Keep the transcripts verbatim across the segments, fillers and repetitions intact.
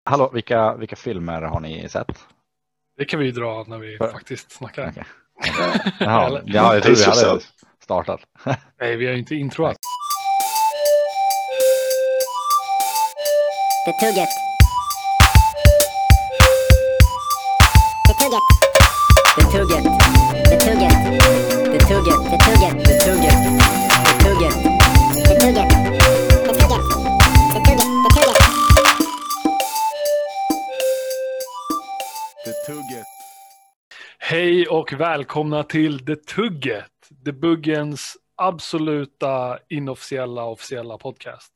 Hallå, vilka, vilka filmer har ni sett? Det kan vi ju dra när vi För... faktiskt snackar. Okay. Jaha, ja, jag tror vi hade startat. Nej, vi har inte introat. Det tugget. Det tugget. Det tugget. Det tugget. Det tugget. Det tugget. Det tugget. Det tugget. Det tugget. Det tugget. Det tugget. Det tugget. Det tugget. Hej och välkomna till Det tugget. Det buggens absoluta inofficiella officiella podcast.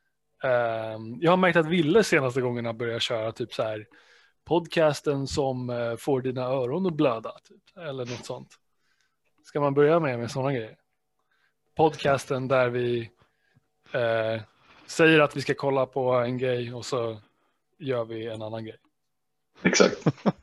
Um, jag har märkt att Ville senaste gångerna börjar köra typ så här podcasten som uh, får dina öron att blöda typ, eller något sånt. Ska man börja med med sådana grejer? Podcasten där vi uh, säger att vi ska kolla på en grej och så gör vi en annan grej. Exakt.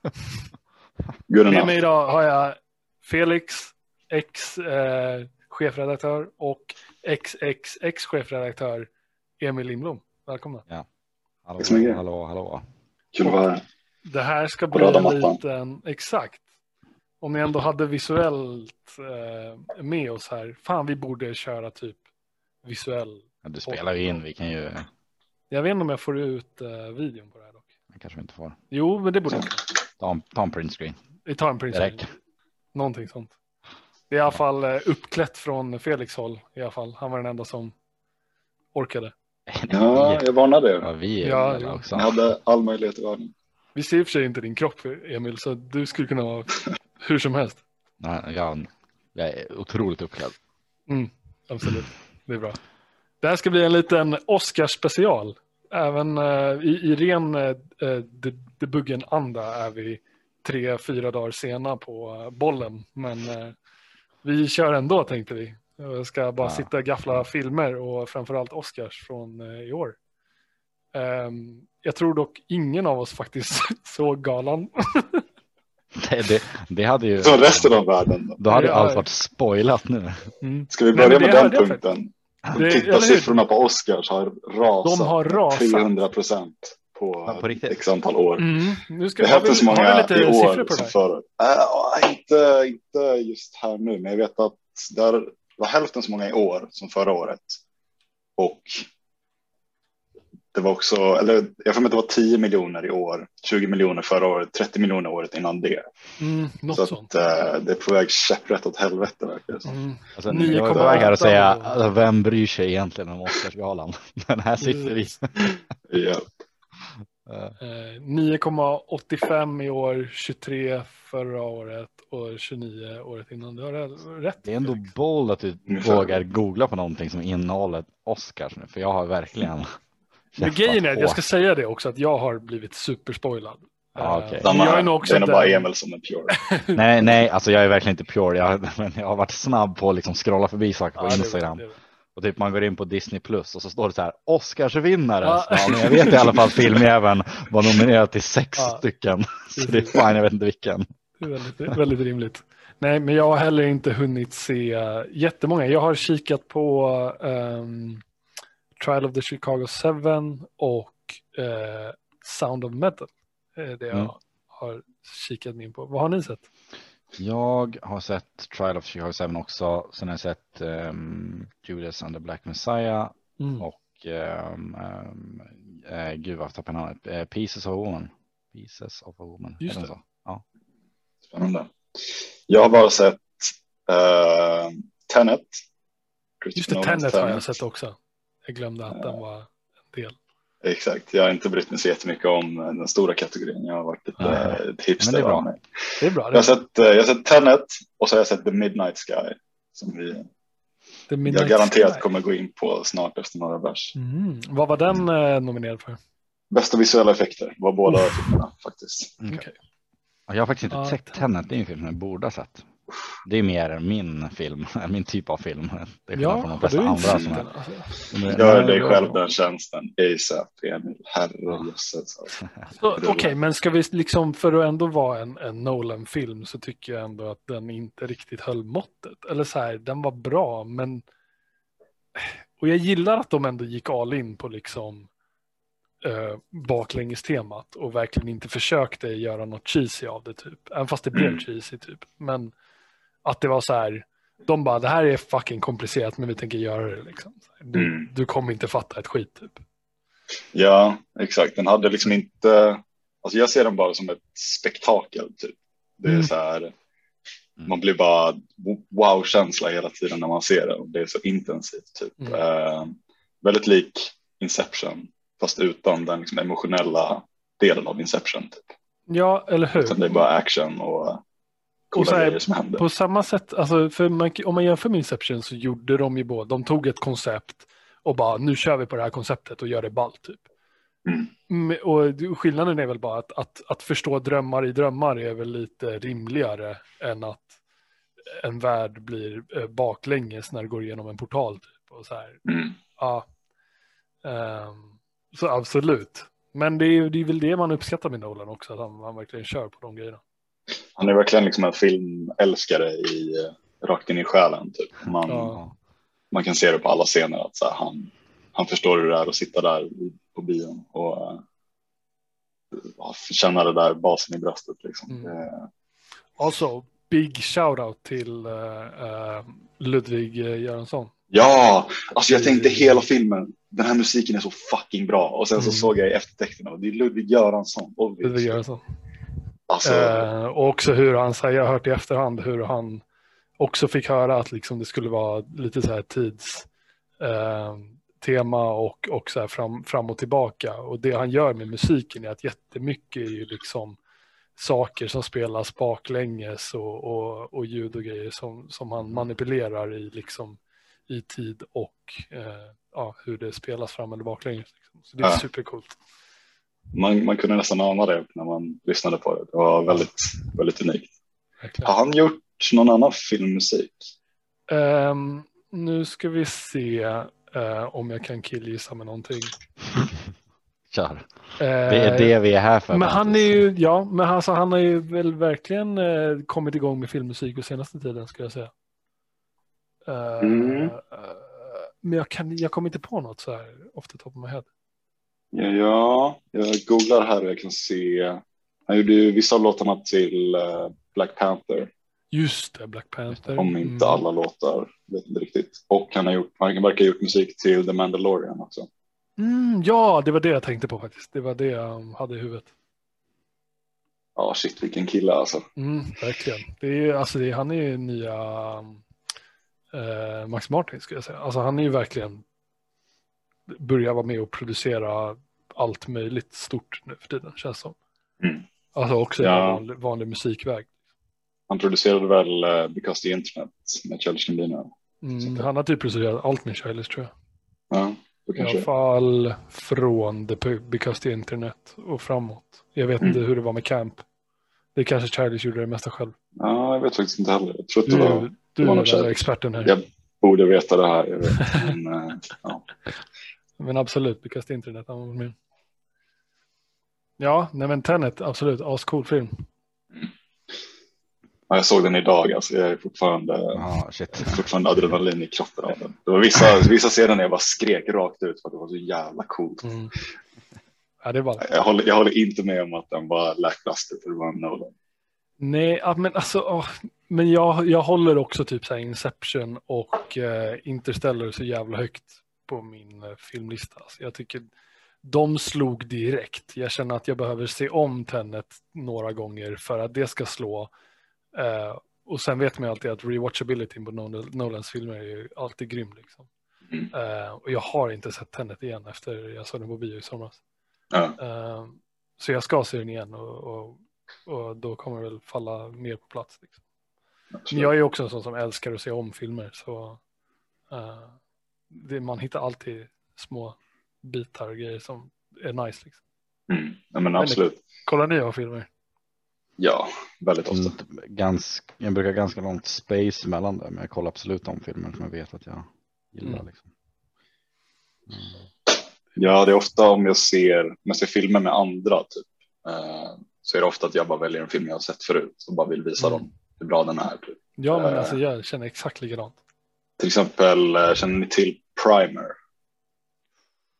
Med mig idag har jag Felix, ex uh, chefredaktör och ex ex ex chefredaktör Emil Lindblom. Välkomna. Ja. Hallå, hallå, hallå. Kul att vara här. Det här ska bli en liten, exakt. Om ni ändå hade visuellt eh, med oss här. Fan, vi borde köra typ visuell. Ja, du spelar ju in, vi kan ju. Jag vet inte om jag får ut eh, videon på det här dock. Det kanske vi inte får. Jo, men det borde vi. Ta, ta en print screen. Vi tar en print screen. Någonting sånt. Det är i alla fall eh, uppklätt från Felix håll. I alla fall. Han var den enda som orkade. Ja, jag varnade er. Ja, vi ja, ja. också. Jag hade all möjlighet i världen. Vi ser i och för sig inte din kropp, Emil, så du skulle kunna vara hur som helst. Nej, jag, jag är otroligt uppklädd. Mm, absolut, det är bra. Det här ska bli en liten Oscars-special. Även uh, i, i ren uh, The Buggen-anda är vi tre, fyra dagar sena på uh, bollen. Men uh, vi kör ändå, tänkte vi. Jag ska bara ja. sitta och gaffla filmer och framförallt Oscars från uh, i år. Um, jag tror dock ingen av oss faktiskt såg galan. det, det, det hade ju... Så resten av världen då? Då hade ja, allt varit spoilat nu. Mm. Ska vi börja Nej, med den punkten? Det, Tittarsiffrorna på Oscars har rasat, De har rasat. trehundra procent på, ja, på x antal år. Mm. Nu ska det vi, hette så många lite i år på som förr. Äh, inte, inte just här nu, men jag vet att där var hälften så många i år som förra året. Och det var också, eller jag får med att det var tio miljoner i år, tjugo miljoner förra året, trettio miljoner året innan det. Mm, något så sånt. att äh, det är på väg käpprätt åt helvete verkar det som. Mm. Alltså, jag är på väg här att säga, alltså, vem bryr sig egentligen om Oscarsgalan? Men här sitter vi. Ja. Uh, nio komma åttiofem i år, tjugotre förra året och tjugonio året innan. Du har rätt. Det är ändå bold att du Ungefär. vågar googla på någonting som innehåller Oscars nu, för jag har verkligen. Men grejen är att jag ska säga det också, att jag har blivit superspoilad. Ja, okay. Samma, jag är nog också det är nog bara Emil som är pure. nej, nej, alltså jag är verkligen inte pure. Jag, men jag har varit snabb på att liksom scrolla förbi saker på ja, Instagram. Det det. Och typ man går in på Disney Plus och så står det så här Oscarsvinnare. Ja. Ja, men jag vet i alla fall filmjäveln var nominerad till sex ja. stycken. Så det är fine, jag vet inte vilken. Det är väldigt, väldigt rimligt. Nej, men jag har heller inte hunnit se jättemånga. Jag har kikat på um, Trial of the Chicago seven och uh, Sound of Metal. Det är det jag mm. har kikat in på. Vad har ni sett? Jag har sett Trial of Chicago seven också. Sen har jag sett um, Judas and the Black Messiah mm. och um, um, uh, gud vad tappar namnet. Uh, Pieces of a Woman. Pieces of a Woman. Just det. Så? Ja. Spännande. Jag har bara sett uh, Tenet. Just det, Tenet, Tenet har jag sett också. Jag glömde att uh, den var en del. Exakt, jag har inte brytt mig så jättemycket om den stora kategorin. Jag har varit lite uh, hipster. Men det är bra. Mig. Det är bra. Det är jag, har sett, jag har sett Tenet och så har jag sett The Midnight Sky. Som vi The Midnight jag garanterat Sky. kommer gå in på snart efter några vers. Mm. Vad var den uh, nominerad för? Bästa visuella effekter var båda filmerna faktiskt. Okay. Okay. Jag har faktiskt inte ja, sett Tenet, det är en film jag borde ha sett. Det är mer min film, min typ av film. Det är ja, från de flesta andra som är. Alltså. Gör dig själv den tjänsten. ASAP, Emil, herrejösses. Alltså. Okej, okay, men ska vi liksom, för att ändå vara en, en Nolan-film så tycker jag ändå att den inte riktigt höll måttet. Eller så här, den var bra, men och jag gillar att de ändå gick all in på liksom uh, baklänges-temat och verkligen inte försökte göra något cheesy av det typ. Även fast det blev Mm. cheesy typ. Men att det var så här, de bara, det här är fucking komplicerat men vi tänker göra det liksom. Du, Mm. du kommer inte fatta ett skit typ. Ja, exakt. Den hade liksom inte, alltså jag ser den bara som ett spektakel typ. Det är Mm. så här, man blir bara wow-känsla hela tiden när man ser den. Det är så intensivt typ. Mm. Eh, väldigt lik Inception, fast utan den liksom emotionella delen av Inception typ. Ja, eller hur? Utan det är bara action och coola Och så här, grejer som händer. på samma sätt, alltså för man, om man jämför med Inception så gjorde de ju båda, de tog ett koncept och bara nu kör vi på det här konceptet och gör det ballt typ. Mm. Mm, och skillnaden är väl bara att, att, att förstå drömmar i drömmar är väl lite rimligare än att en värld blir eh, baklänges när det går igenom en portal typ. Och så här. Mm. Ja. Um, så absolut. Men det är, det är väl det man uppskattar med Nolan också, att han, han verkligen kör på de grejerna. Han är verkligen liksom en filmälskare i, rakt in i själen typ. Man, Ja. man kan se det på alla scener att så här, han, han förstår hur det är att sitta där på bion och uh, känna det där basen i bröstet liksom. Mm. Det, Also, big shoutout till uh, uh, Ludvig Göransson. ja, alltså jag tänkte hela filmen, den här musiken är så fucking bra. Och sen så Mm. såg jag i eftertexterna och det är Ludvig Göransson. Ludvig Obviously. Göransson. Alltså, Uh, och också hur han säger, jag har hört i efterhand hur han också fick höra att liksom det skulle vara lite så här tids uh, tema och, och så här fram, fram och tillbaka. Och det han gör med musiken är att jättemycket är ju liksom saker som spelas baklänges och, och, och ljud och grejer som, som han manipulerar i liksom i tid och eh, ja, hur det spelas fram eller baklänges. Liksom. Så det är Ja. supercoolt. man, man kunde nästan ana det när man lyssnade på det. Det var väldigt, väldigt unikt. Verkligen. Har han gjort någon annan filmmusik? Um, nu ska vi se uh, om jag kan killgissa med någonting. Kör. Uh, Det är det vi är här för. Men han är ju, ja, men alltså, han har ju väl verkligen uh, kommit igång med filmmusik på senaste tiden, ska jag säga. Uh, Mm. uh, men jag, kan, jag kommer inte på något så här off the top of my head. Ja, ja, jag googlar här och jag kan se. Han gjorde ju vissa av låtarna till uh, Black Panther. Just det, Black Panther. Om inte Mm. alla låtar, vet inte riktigt. Och han har gjort, han verkar ha gjort musik till The Mandalorian också. Mm, ja, det var det jag tänkte på faktiskt. Det var det jag hade i huvudet. Ja, shit, vilken kille alltså. Mm, verkligen. Det är, alltså, det är, han är ju nya eh, Max Martin, ska jag säga. Alltså, han är ju verkligen börjar vara med och producera allt möjligt stort nu för tiden, känns som. Mm. Alltså också Ja. en vanlig, vanlig musikväg. Han producerade väl uh, Because the Internet med Childish Gambino. Mm, han har typ producerat allt med Childish, tror jag. Ja, då I kanske. alla fall från the, Because the Internet och framåt. Jag vet Mm. inte hur det var med Camp. Det kanske Childish gjorde det mesta själv. Ja, jag vet faktiskt inte heller. Jag tror att Du, det var, du var är nog den Childish. experten här. Jag borde veta det här. Jag vet. Men, uh, ja. Men absolut, Because the Internet. Han var med. Ja, nej men Tenet, absolut. Ascool film. Ja, jag såg den idag. Alltså, jag är fortfarande, Ja, shit. fortfarande adrenalin i kroppen av den. Det var vissa, vissa scener när jag bara skrek rakt ut för att det var så jävla coolt. Mm. Ja, det var Jag håller, jag håller inte med om att den var lackluster för det var en Nolan. Nej, ja, men alltså, åh, men jag, jag håller också typ så här Inception och eh, Interstellar så jävla högt på min eh, filmlista. Så jag tycker de slog direkt. Jag känner att jag behöver se om Tenet några gånger för att det ska slå. Eh, och sen vet man ju alltid att rewatchability på Nolans filmer är ju alltid grym. Liksom. Mm. Eh, och jag har inte sett Tenet igen efter jag såg den på bio i somras. Ja. Eh, så jag ska se den igen och, och, och då kommer det väl falla mer på plats. Liksom. Men jag är ju också en sån som älskar att se om filmer. Så uh, det, man hittar alltid små bitar och grejer som är nice. Liksom. Mm. Ja, men absolut. Kollar ni av filmer? Ja, väldigt ofta. Mm, ganska, jag brukar ganska långt space mellan det, men jag kollar absolut om filmer som jag vet att jag gillar. Mm. Liksom. Mm. Ja, det är ofta om jag ser, om jag ser filmer med andra typ, eh, så är det ofta att jag bara väljer en film jag har sett förut och bara vill visa Mm. dem hur bra den är. Typ. Ja, men Uh, alltså jag känner exakt likadant. Till exempel, eh, känner ni till Primer?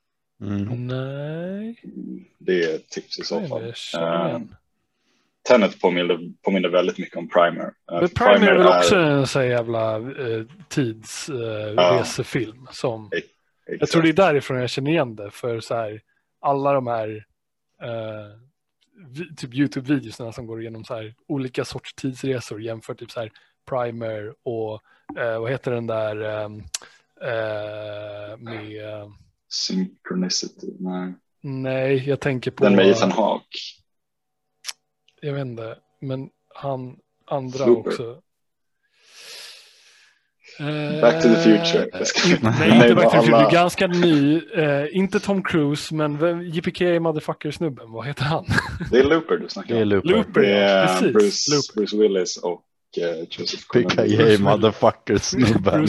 Mm. Nej. Det är ett tips i så Nej, fall. Uh, Tenet påminner, påminner väldigt mycket om Primer. Uh, Men Primer, Primer är väl är... också en sån jävla uh, tidsresefilm. Uh, som... Exakt. Jag tror det är därifrån jag känner igen det. För så här, alla de här uh, vi, typ YouTube-videorna som går igenom så här, olika sorts tidsresor jämfört typ så här Primer och uh, vad heter den där um, uh, med... Uh, Synchronicity, nej. Nej, jag tänker på... Den med Ethan Hawke. Jag vet inte, men han andra Super. också. Back to the Future. Nej, inte Back to the Future. Det är ganska ny. Uh, inte Tom Cruise, men J P K motherfucker-snubben. Vad heter han? Det är Looper du snackar om. Det är Looper. Looper, det är precis. Bruce, Looper. Bruce Willis och uh, Joseph P K motherfucker-snubben.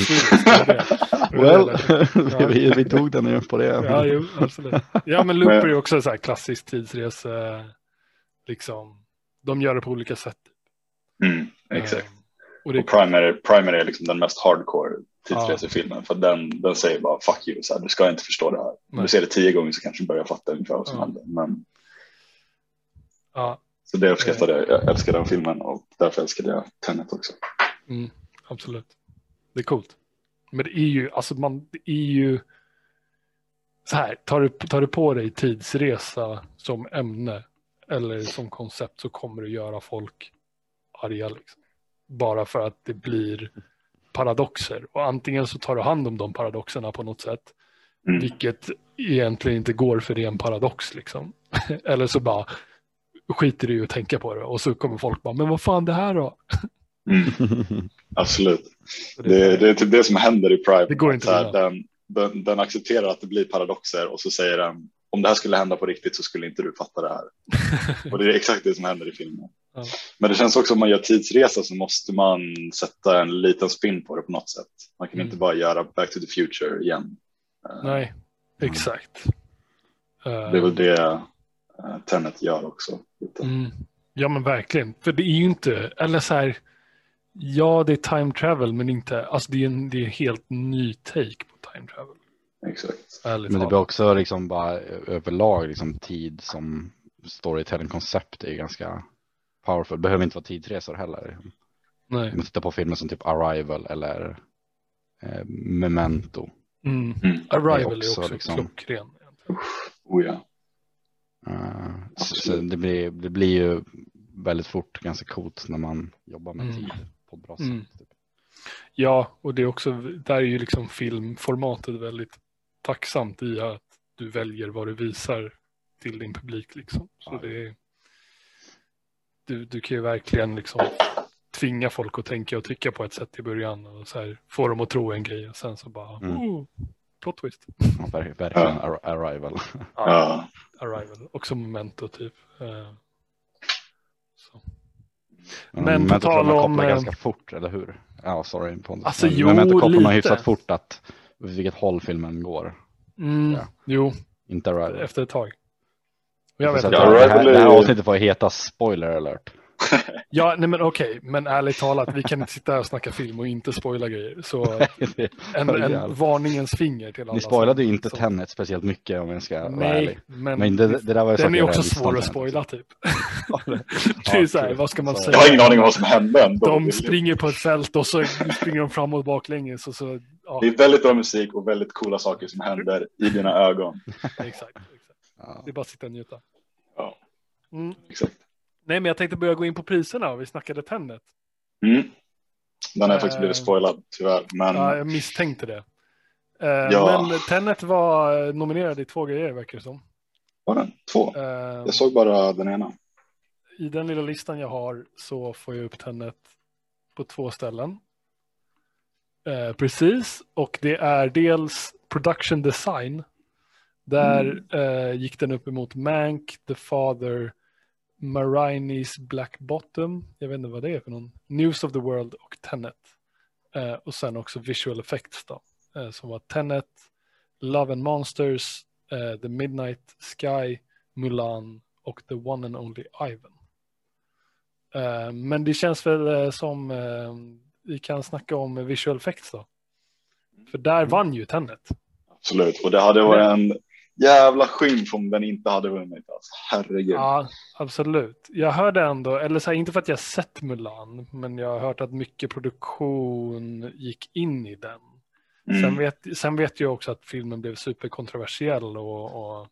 Well, ja. vi, vi tog den ju på det. Ja, jo, absolut. Ja, men Looper är också så här klassisk tidsresa. Liksom, de gör det på olika sätt. Mm, exakt. Um, och det... och Primer, Primer är liksom den mest hardcore tidsresefilmen. Ja. För den, den säger bara fuck you, så här, du ska inte förstå det här. Om du ser det tio gånger så kanske du börjar fatta ungefär vad som ja. händer. Men... Ja. Så det uppskattade jag. Jag älskar den filmen och därför älskade jag Tenet också. Mm, absolut. Det är coolt. Men det är ju, alltså man, det är ju så här, tar du, tar du på dig tidsresa som ämne eller som koncept så kommer du göra folk arga liksom. Bara för att det blir paradoxer. Och antingen så tar du hand om de paradoxerna på något sätt. Mm. Vilket egentligen inte går för det är en paradox liksom. Eller så bara skiter du i att tänka på det. Och så kommer folk bara, men vad fan det här då? Mm. Absolut. Det, det är typ det som händer i Prime. Det går inte här, den, den, den accepterar att det blir paradoxer och så säger den, om det här skulle hända på riktigt så skulle inte du fatta det här. Och det är exakt det som händer i filmen. Ja. Men det känns också om man gör tidsresa så måste man sätta en liten spin på det på något sätt. Man kan mm. inte bara göra Back to the Future igen. Nej, exakt. Det är väl det uh, Tenet gör också. Mm. Ja men verkligen. För det är ju inte, eller så här, ja det är time travel men inte, alltså det är en, det är en helt ny take på time travel. Exakt. Ärligt men det blir också liksom bara överlag liksom tid som storytelling-koncept är ju ganska powerful. Behöver inte vara tidsresor heller. Nej. Man tittar på filmer som typ Arrival eller eh, Memento. Mm. Mm. Arrival är också, är också liksom, klockren. Oh ja. Uh, så, så det, blir, det blir ju väldigt fort ganska coolt när man jobbar med mm. tid på ett bra sätt. Mm. Typ. Ja, och det är också, där är ju liksom filmformatet väldigt tacksamt i att du väljer vad du visar till din publik liksom. Så ja. det är, du, du kan ju verkligen liksom tvinga folk att tänka och tycka på ett sätt i början och så här, få dem att tro en grej och sen så bara mm. oh, plot twist. Ja, verkligen ja. Arrival. Ja, Arrival. Också Memento typ. Så. Men, men på tal om... kopplar ganska fort, eller hur? Ja, sorry. Alltså men, jo, Memento kopplar man lite. hyfsat fort att vilket håll filmen går. Mm, ja. Jo. Inte Arrival. Efter ett tag. Jag vet att det, här, det här avsnittet får heta spoiler alert. Ja, nej men okej, okay. Men ärligt talat, vi kan inte sitta här och snacka film och inte spoila grejer. Så en, en varningens finger till alla. Ni spoilade ju inte så. Tenet speciellt mycket om jag ska nej, vara ärlig. Men, men det, det där var den är också svår att spoila typ. Det är så här, vad ska man säga? Jag har ingen aning om vad som hände ändå. De springer på ett fält och så springer de fram och baklänges. Och så, ja. Det är väldigt bra musik och väldigt coola saker som händer i dina ögon. Exakt, exakt. Ja. Det är bara att sitta och njuta. Ja, mm. exakt. Nej, men jag tänkte börja gå in på priserna. Vi snackade Tenet. Mm. Den har faktiskt blivit spoilad, tyvärr. Men... Ja, jag misstänkte det. Ja. Men Tenet var nominerad i två grejer, verkar det som. Var den? Två? Uh, jag såg bara den ena. I den lilla listan jag har så får jag upp Tenet på två ställen. Uh, precis. Och det är dels production design. Där mm. uh, gick den upp emot Mank, The Father, Marini's Black Bottom, jag vet inte vad det är för någon, News of the World och Tenet. Uh, och sen också visual effects då, uh, som var Tenet, Love and Monsters, uh, The Midnight Sky, Mulan och The One and Only Ivan. Uh, men det känns väl uh, som uh, vi kan snacka om visual effects då. För där mm. vann ju Tenet. Absolut, och det hade varit en jävla skymf om den inte hade vunnit. Alltså. Herregud. Ja, absolut. Jag hörde ändå, eller så här, inte för att jag sett Mulan, men jag har hört att mycket produktion gick in i den. Mm. Sen, vet, sen vet jag också att filmen blev superkontroversiell och, och,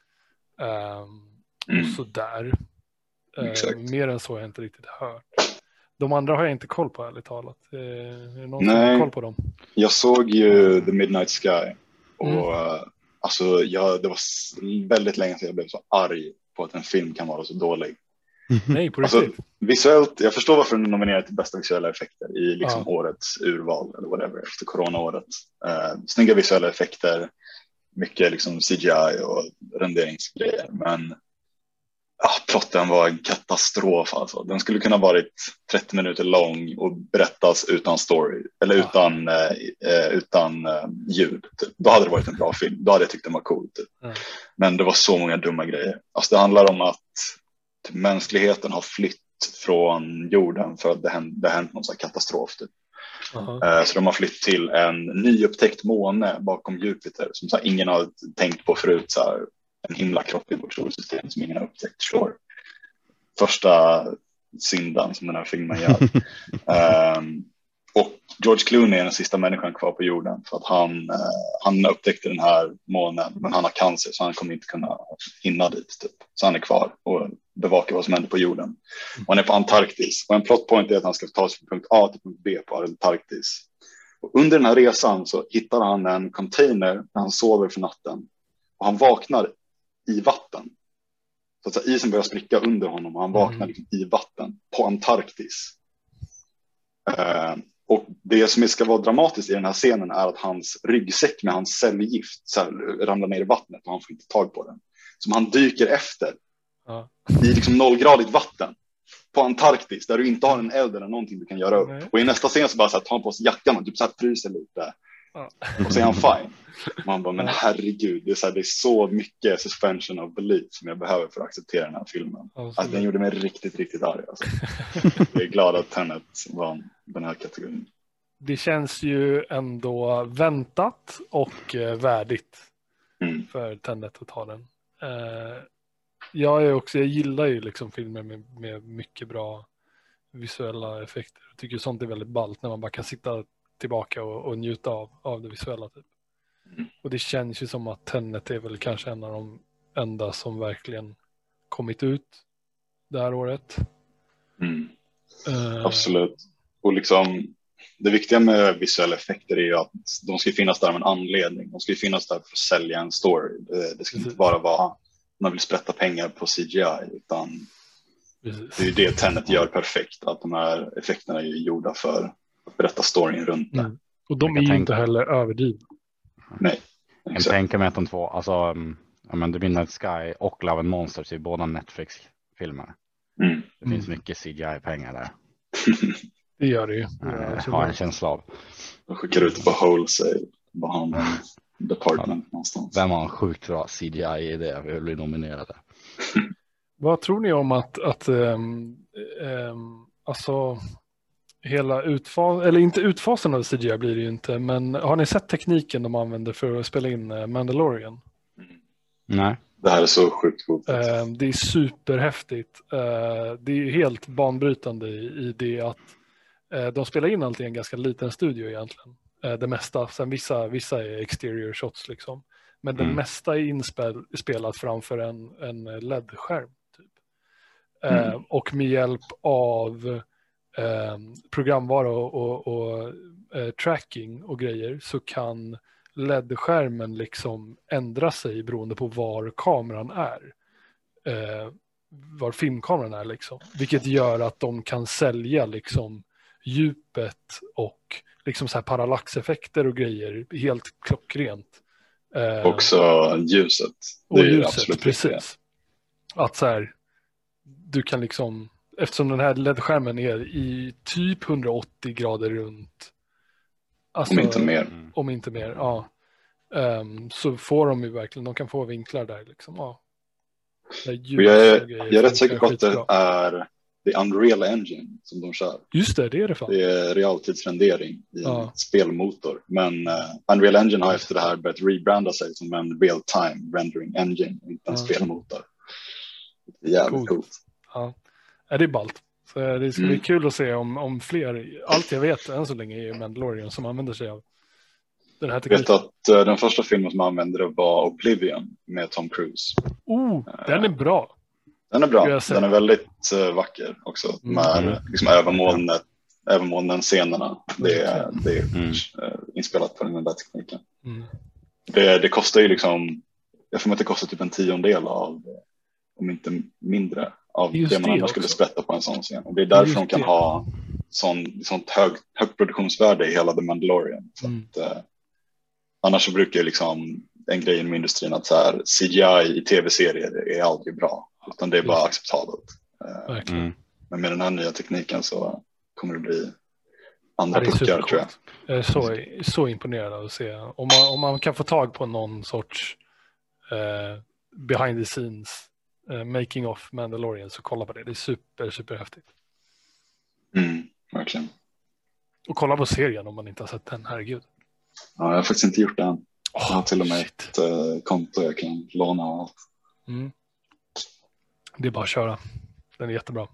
um, mm. och sådär. Uh, mer än så har jag inte riktigt hört. De andra har jag inte koll på, ärligt talat. Uh, är det någon som har koll på dem? Jag såg ju The Midnight Sky. Och mm. uh, alltså, jag, det var väldigt länge sedan jag blev så arg på att en film kan vara så dålig. Nej, på riktigt. Alltså, visuellt, jag förstår varför den är nominerad till bästa visuella effekter i liksom ja. årets urval eller whatever efter coronaåret. Uh, snygga visuella effekter, mycket liksom C G I och renderingsgrejer, men ja, plotten var en katastrof alltså. Den skulle kunna varit trettio minuter lång och berättas utan story eller ja. utan uh, utan uh, ljud. Typ. Då hade det varit en bra film. Då hade jag tyckt den var cool. Typ. Ja. Men det var så många dumma grejer. Alltså det handlar om att typ, mänskligheten har flytt från jorden för att det hänt, det hänt någon sån här katastrof. Typ. Uh-huh. Uh, så de har flytt till en nyupptäckt måne bakom Jupiter som så här, ingen har tänkt på förut. Så här, en himlakropp i vårt solsystem som ingen har upptäckt. Sure. Första syndan som den här filmen gör. um, och George Clooney är den sista människan kvar på jorden för att han, uh, han upptäckte den här månen, men han har cancer så han kommer inte kunna hinna dit. Typ. Så han är kvar och bevakar vad som händer på jorden. Och han är på Antarktis. Och en plotpoint är att han ska ta sig från punkt A till punkt B på Antarktis. Och under den här resan så hittar han en container när han sover för natten. Och han vaknar i vatten. Så att isen börjar spricka under honom och han vaknar liksom i vatten på Antarktis. Uh, och det som ska vara dramatiskt i den här scenen är att hans ryggsäck med hans cellgift så här, ramlar ner i vattnet och han får inte tag på den. Som han dyker efter ja. i liksom nollgradigt vatten på Antarktis där du inte har en eld eller någonting du kan göra upp. Nej. Och i nästa scen så bara så här, tar han på sig jackan och typ så här fryser lite. Ja. Och så är han fine. Man bara, men herregud, det är så, här, det är så mycket suspension of belief som jag behöver för att acceptera den här filmen. Alltså, den gjorde mig riktigt, riktigt arg. Alltså. Jag är glad att Tenet vann den här kategorin. Det känns ju ändå väntat och värdigt mm. för Tenet att ta den. Uh, jag, är också, jag gillar ju liksom filmer med, med mycket bra visuella effekter. Jag tycker sånt är väldigt ballt när man bara kan sitta tillbaka och, och njuta av, av det visuella typ. Mm. Och det känns ju som att Tenet är väl kanske en av de enda som verkligen kommit ut det här året. Mm. Uh, Absolut. Och liksom det viktiga med visuella effekter är ju att de ska finnas där med en anledning. De ska finnas där för att sälja en story. Det, det ska inte bara vara man vill sprätta pengar på C G I utan precis. Det är ju det Tenet gör perfekt. Att de här effekterna är gjorda för att berätta storyn runt det. Mm. Och de är ju inte heller överdrivna. Nej. Jag kan tänka mig att de två, alltså ja, men The Midnight Sky och Love and Monsters är båda Netflix-filmer. Mm. Det finns mm. mycket C G I-pengar där. Det gör det ju. Jag har en känsla av. De skickar ut på wholesale. Bara har en department ja. någonstans. Vem har en sjukt bra C G I i det? Vi blir nominerade. Vad tror ni om att, att um, um, alltså hela utfas eller inte utfasen av C G I blir det ju inte, men har ni sett tekniken de använder för att spela in Mandalorian? Nej. Det här är så sjukt coolt. Uh, det är superhäftigt. Uh, det är helt banbrytande i, i det att uh, de spelar in allt i en ganska liten studio egentligen. Uh, det mesta, sen vissa, vissa är exterior shots liksom. Men mm. det mesta är inspelat framför en, en L E D-skärm. Typ. Mm. Uh, och med hjälp av Eh, programvara och, och, och eh, tracking och grejer så kan L E D-skärmen liksom ändra sig beroende på var kameran är. Eh, var filmkameran är liksom. Vilket gör att de kan sälja liksom djupet och liksom så här parallaxeffekter och grejer helt klockrent. Eh, Också ljuset. Det och är ljuset, absolut precis. Riktigt. Att så här, du kan liksom eftersom den här L E D-skärmen är i typ hundraåttio grader runt. Alltså, om inte mer. Om inte mer, ja. Um, så får de ju verkligen, de kan få vinklar där liksom. Ja. Jag är, jag är rätt säker på att det är det är Unreal Engine som de kör. Just det, det är det fan. Det är realtidsrendering i Ja. spelmotor. Men uh, Unreal Engine har efter det här börjat rebranda sig som en real-time rendering engine, inte en Ja. spelmotor. Det är jävligt Coolt. coolt. Ja. Ja, det är ballt. Så det ska Mm. bli kul att se om, om fler, allt jag vet än så länge är Mandalorian som använder sig av den här Jag vet tekniken. att uh, den första filmen som använde det var Oblivion med Tom Cruise. Oh, den är bra. Den är Skulle bra, jag säga. den är väldigt uh, vacker också. Mm. Med liksom övermolnet, övermolnen-scenerna. Det är, det är Mm. uh, inspelat på den där tekniken. Mm. Det, det kostar ju liksom, jag får mig att det kostar typ en tiondel av, om inte mindre, av Just det man det annars skulle också. sprätta på en sån scen. Och det är därför Just de kan det. ha sån, sånt hög, högt produktionsvärde i hela The Mandalorian. Så Mm. att, eh, annars så brukar ju liksom en grej inom industrin att så här, C G I i tv-serier är aldrig bra, utan det är bara acceptabelt. Eh, Verkligen. Mm. men med den här nya tekniken så kommer det bli Ja, andra det är puckar, tror jag. supercoolt. Jag är så, så imponerad av att se. Om man, om man kan få tag på någon sorts eh, behind the scenes eh, making of Mandalorian, så kolla på det. Det är super, super häftigt. Mm, verkligen. Och kolla på serien om man inte har sett den, herregud. Ja, jag har faktiskt inte gjort det än. Jag har Oh, till och med shit. ett uh, konto jag kan låna och allt. Mm. Det är bara att köra. Den är jättebra.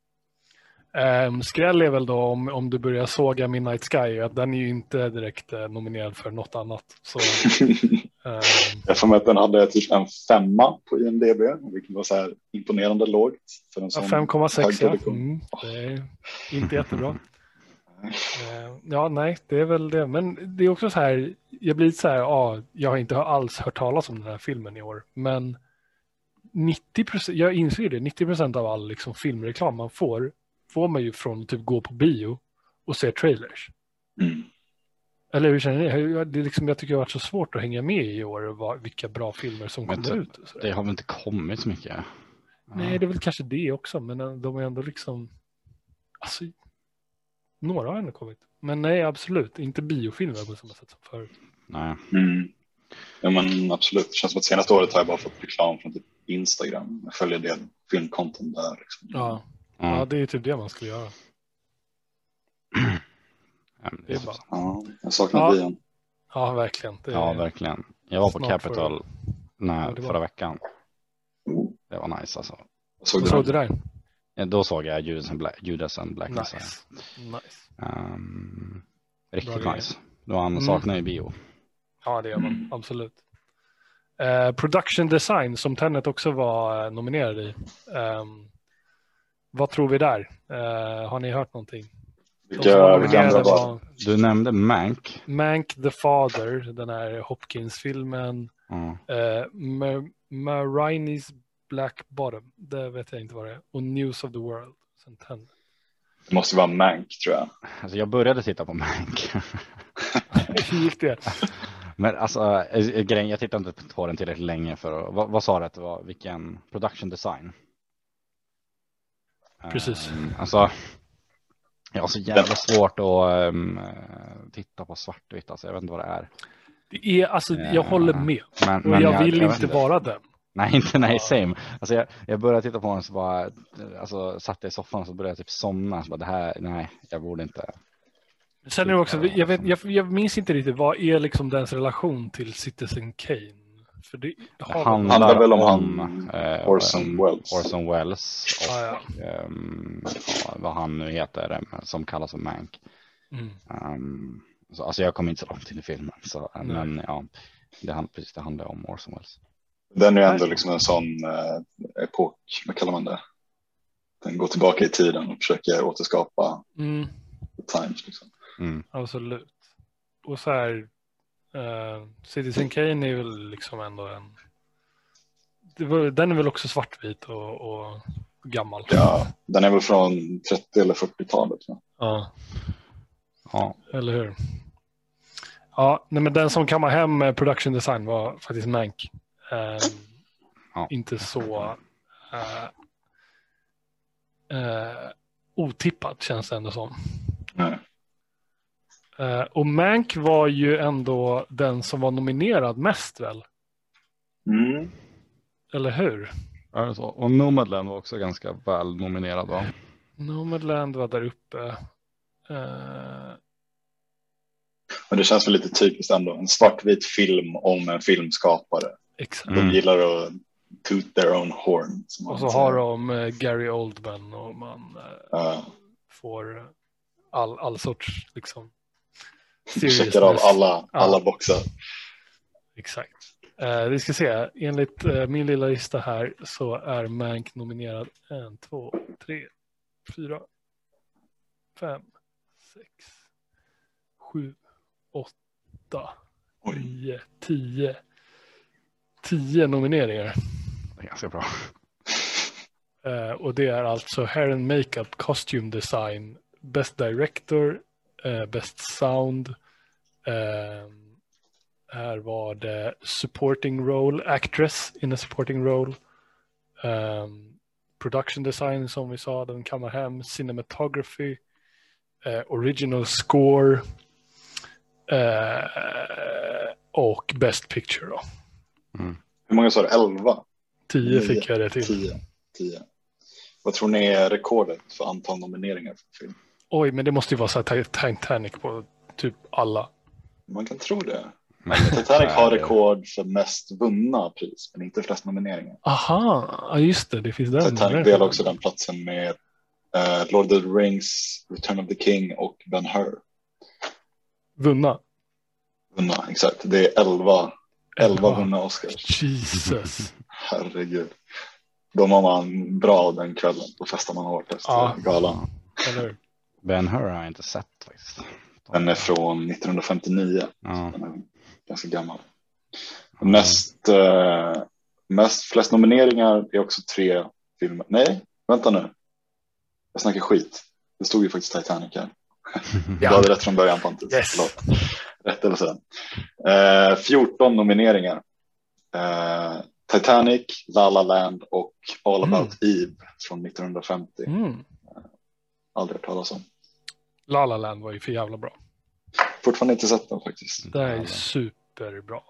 Um, skräll är väl då om, om du börjar såga Midnight Sky, att den är ju inte direkt uh, nominerad för något annat. Så, um, Jag får med att den hade typ en femma på I M D B, vilket var så här imponerande lågt för en sån fem komma sex, hög ja. produktion. Mm, det är inte jättebra. Uh, ja, nej, det är väl det. Men det är också så här, jag blir så här, ja, jag har inte alls hört talas om den här filmen i år, men nittio procent, jag inser det, nittio procent av all liksom, filmreklam man får, får man ju från att typ gå på bio och se trailers. Mm. Eller hur känner ni? Det är liksom, jag tycker det har varit så svårt att hänga med i år, vad, vilka bra filmer som Men kommer det- ut. Och så där. Det har väl inte kommit så mycket. Nej, det är väl kanske det också, men eh, de är ändå liksom, alltså, några har ändå kommit. Men nej, absolut, inte biofilmer på samma sätt som förut. Nej. Mm. Ja, men absolut. Det känns som att senaste året har jag bara fått reklam från typ Instagram. Jag följer del filmkonton där. Liksom. Ja, Ja. ja, det är typ det man skulle göra. Ja, men Det är så- bara, Ja, jag saknar Ja. bion. ja, verkligen. Det är, Ja, verkligen. Jag var på Snart Capital när, Ja, det var- förra veckan. Oh, Det var nice alltså. jag såg Vad det. såg du där? Ja, då såg jag Judas and Black, Judas and Black Messiah. Nice. Nice. Um, riktigt Bra nice. Då han Mm. saknar ju bio. Ja, det gör man. Absolut. Eh, production design, som Tenet också var eh, nominerad i. Ehm, vad tror vi där? Eh, har ni hört någonting? De som var Vilka, vilka andra nominerade var var Du nämnde Mank. Mank the Father, den här Hopkins-filmen. Ja. Eh, Ma- Marini's Black Bottom, det vet jag inte vad det är. Och News of the World. Sen Tenet. Det måste vara Mank, tror jag. Alltså jag började titta på Mank. Hur gick det? Men alltså äh, grejen, jag tittade inte på den tillräckligt länge för att, vad, vad sa du att det var, vilken production design? Precis. Um, alltså jag har så jävla svårt att um, titta på svartvitt, alltså jag vet inte vad det är. Det är, alltså, jag håller med. Men, Och men jag vill vet inte vara den. Nej, inte nej, Ja. same. Alltså jag, jag började titta på den så bara, alltså satt jag i soffan och så började jag typ somna. Så bara, det här, nej, jag borde inte. Sen är det också, jag, vet, jag, jag minns inte riktigt, vad är liksom dens relation till Citizen Kane? För det Det har handlar, handlar väl om om, han, eh, Orson um, Welles. Orson Welles och Ah, ehm, ja, vad han nu heter eh, som kallas för Mank. Mm. Um, så, alltså jag kom inte så långt in i filmen. Så, Nej. men ja, det, hand, precis, det handlar om Orson Welles. Den är ju ändå liksom en sån eh, epok, vad kallar man det? Den går tillbaka i tiden och försöker återskapa Mm, the times. Liksom. Mm. absolut. Och så här, eh, Citizen Kane är väl liksom ändå en, det var, den är väl också svartvit och, och gammal. Ja, den är väl från trettio eller fyrtiotalet. Ja. Ja, Ja, eller hur? Ja, nej, men den som kammade hem med production design var faktiskt Mank. Eh, Ja. Inte så eh, eh, otippat känns det ändå som. Nej. Eh, och Mank var ju ändå den som var nominerad mest väl? Mm. Eller hur? är det så? Och Nomadland var också ganska väl nominerad, va? Nomadland var där uppe. Uh... Men det känns väl lite typiskt ändå. En svartvit film om en filmskapare. Exakt. De Mm. gillar att toot their own horn. Och så har de uh, Gary Oldman och man uh, uh. får all, all sorts liksom. Checkar av alla, alla ja. boxar. Exakt. Uh, vi ska se. Enligt uh, min lilla lista här så är Mank nominerad en, två, tre, fyra, fem, sex, sju, åtta, Oj. nio, tio. Tio nomineringar. Det är ganska bra. Uh, och det är alltså Hair and Makeup, Costume Design, Best Director, uh, Best Sound. Uh, här var det Supporting Role, Actress in a Supporting Role. Um, production Design som vi sa, den kammar hem. Cinematography, uh, Original Score uh, och Best Picture då. Mm. Hur många sa du? Elva? Tio fick jag det till. Tio. Tio. Vad tror ni är rekordet för antal nomineringar för film? Oj, men det måste ju vara så här Titanic på typ alla. Man kan tro det. Men Titanic har rekord för mest vunna pris, men inte flest nomineringar. Aha, ja just det, det finns den. Titanic delar också den platsen med uh, Lord of the Rings, Return of the King och Ben-Hur. Vunna? Vunna, exakt. Det är elva, elva vunna Oscars. Jesus. Herregud. Då var man bra den kvällen. Då festar man hårt efter ja. galan. Eller? Ben-Hur har jag inte sett faktiskt. Den är från nittonhundrafemtionio. Ja. Den är ganska gammal. Mm. Mest, uh, mest, flest nomineringar är också tre filmer. Nej, vänta nu. Jag snackar skit. Det stod ju faktiskt Titanic här. Du hade rätt från början, Pontus. Yes. Förlåt. Rätt eller sen. Uh, fjorton nomineringar. Uh, Titanic, La La Land och All Mm. About Eve från nittonhundrafemtio. Mm. Aldrig hört talas om. La La Land var ju för jävla bra. Fortfarande inte sett den faktiskt. Det är superbra.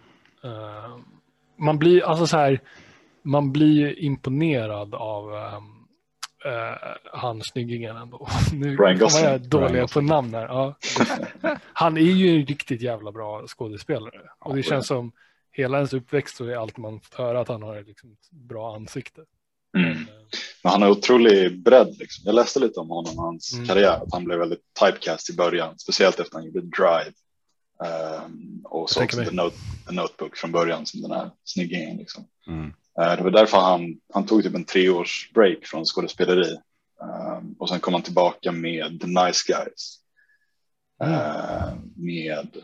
Uh, man blir alltså så här, man blir imponerad av um, uh, han snyggingen ändå. Nu Brian kommer jag Gosling. dåliga Brian på namn här. Ja. Han är ju en riktigt jävla bra skådespelare. Och det känns som hela ens uppväxt så är allt man får höra att han har liksom ett bra ansikte. Mm. Men, uh, Men han har otrolig bredd. Liksom. Jag läste lite om honom och hans Mm. karriär. Att han blev väldigt typecast i början. Speciellt efter han gjorde Drive. Um, och så också The, Note, The Notebook från början som den här snyggingen. Liksom. Mm. Uh, det var därför han, han tog typ en treårs break från skådespeleri. Um, och sen kom han tillbaka med The Nice Guys. Mm. Uh, med,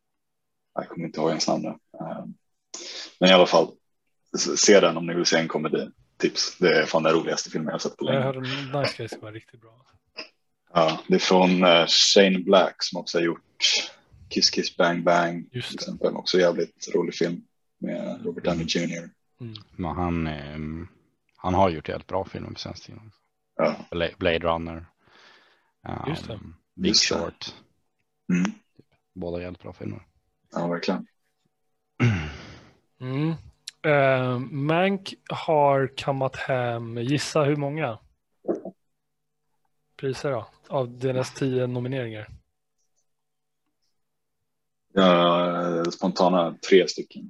jag kommer inte ihåg ens namn nu. Uh, men i alla fall, se den om ni vill se en komedi. Tips, det är fan den roligaste filmen jag har sett på länge. jag hörde Nice Guys var riktigt bra. Ja, det är från uh, Shane Black som också har gjort Kiss Kiss Bang Bang. Just till det. exempel. Också jävligt rolig film med Robert Downey junior Mm. Men han, eh, han har gjort helt bra filmer på svensk tid. Ja. Blade, Blade Runner. Um, Just det. Big Just det. Short. Mm. Båda helt bra filmer. Ja, verkligen. Mm. Uh, Mank har kammat hem, gissa hur många priser då? Av deras tio nomineringar. Ja, spontana tre stycken.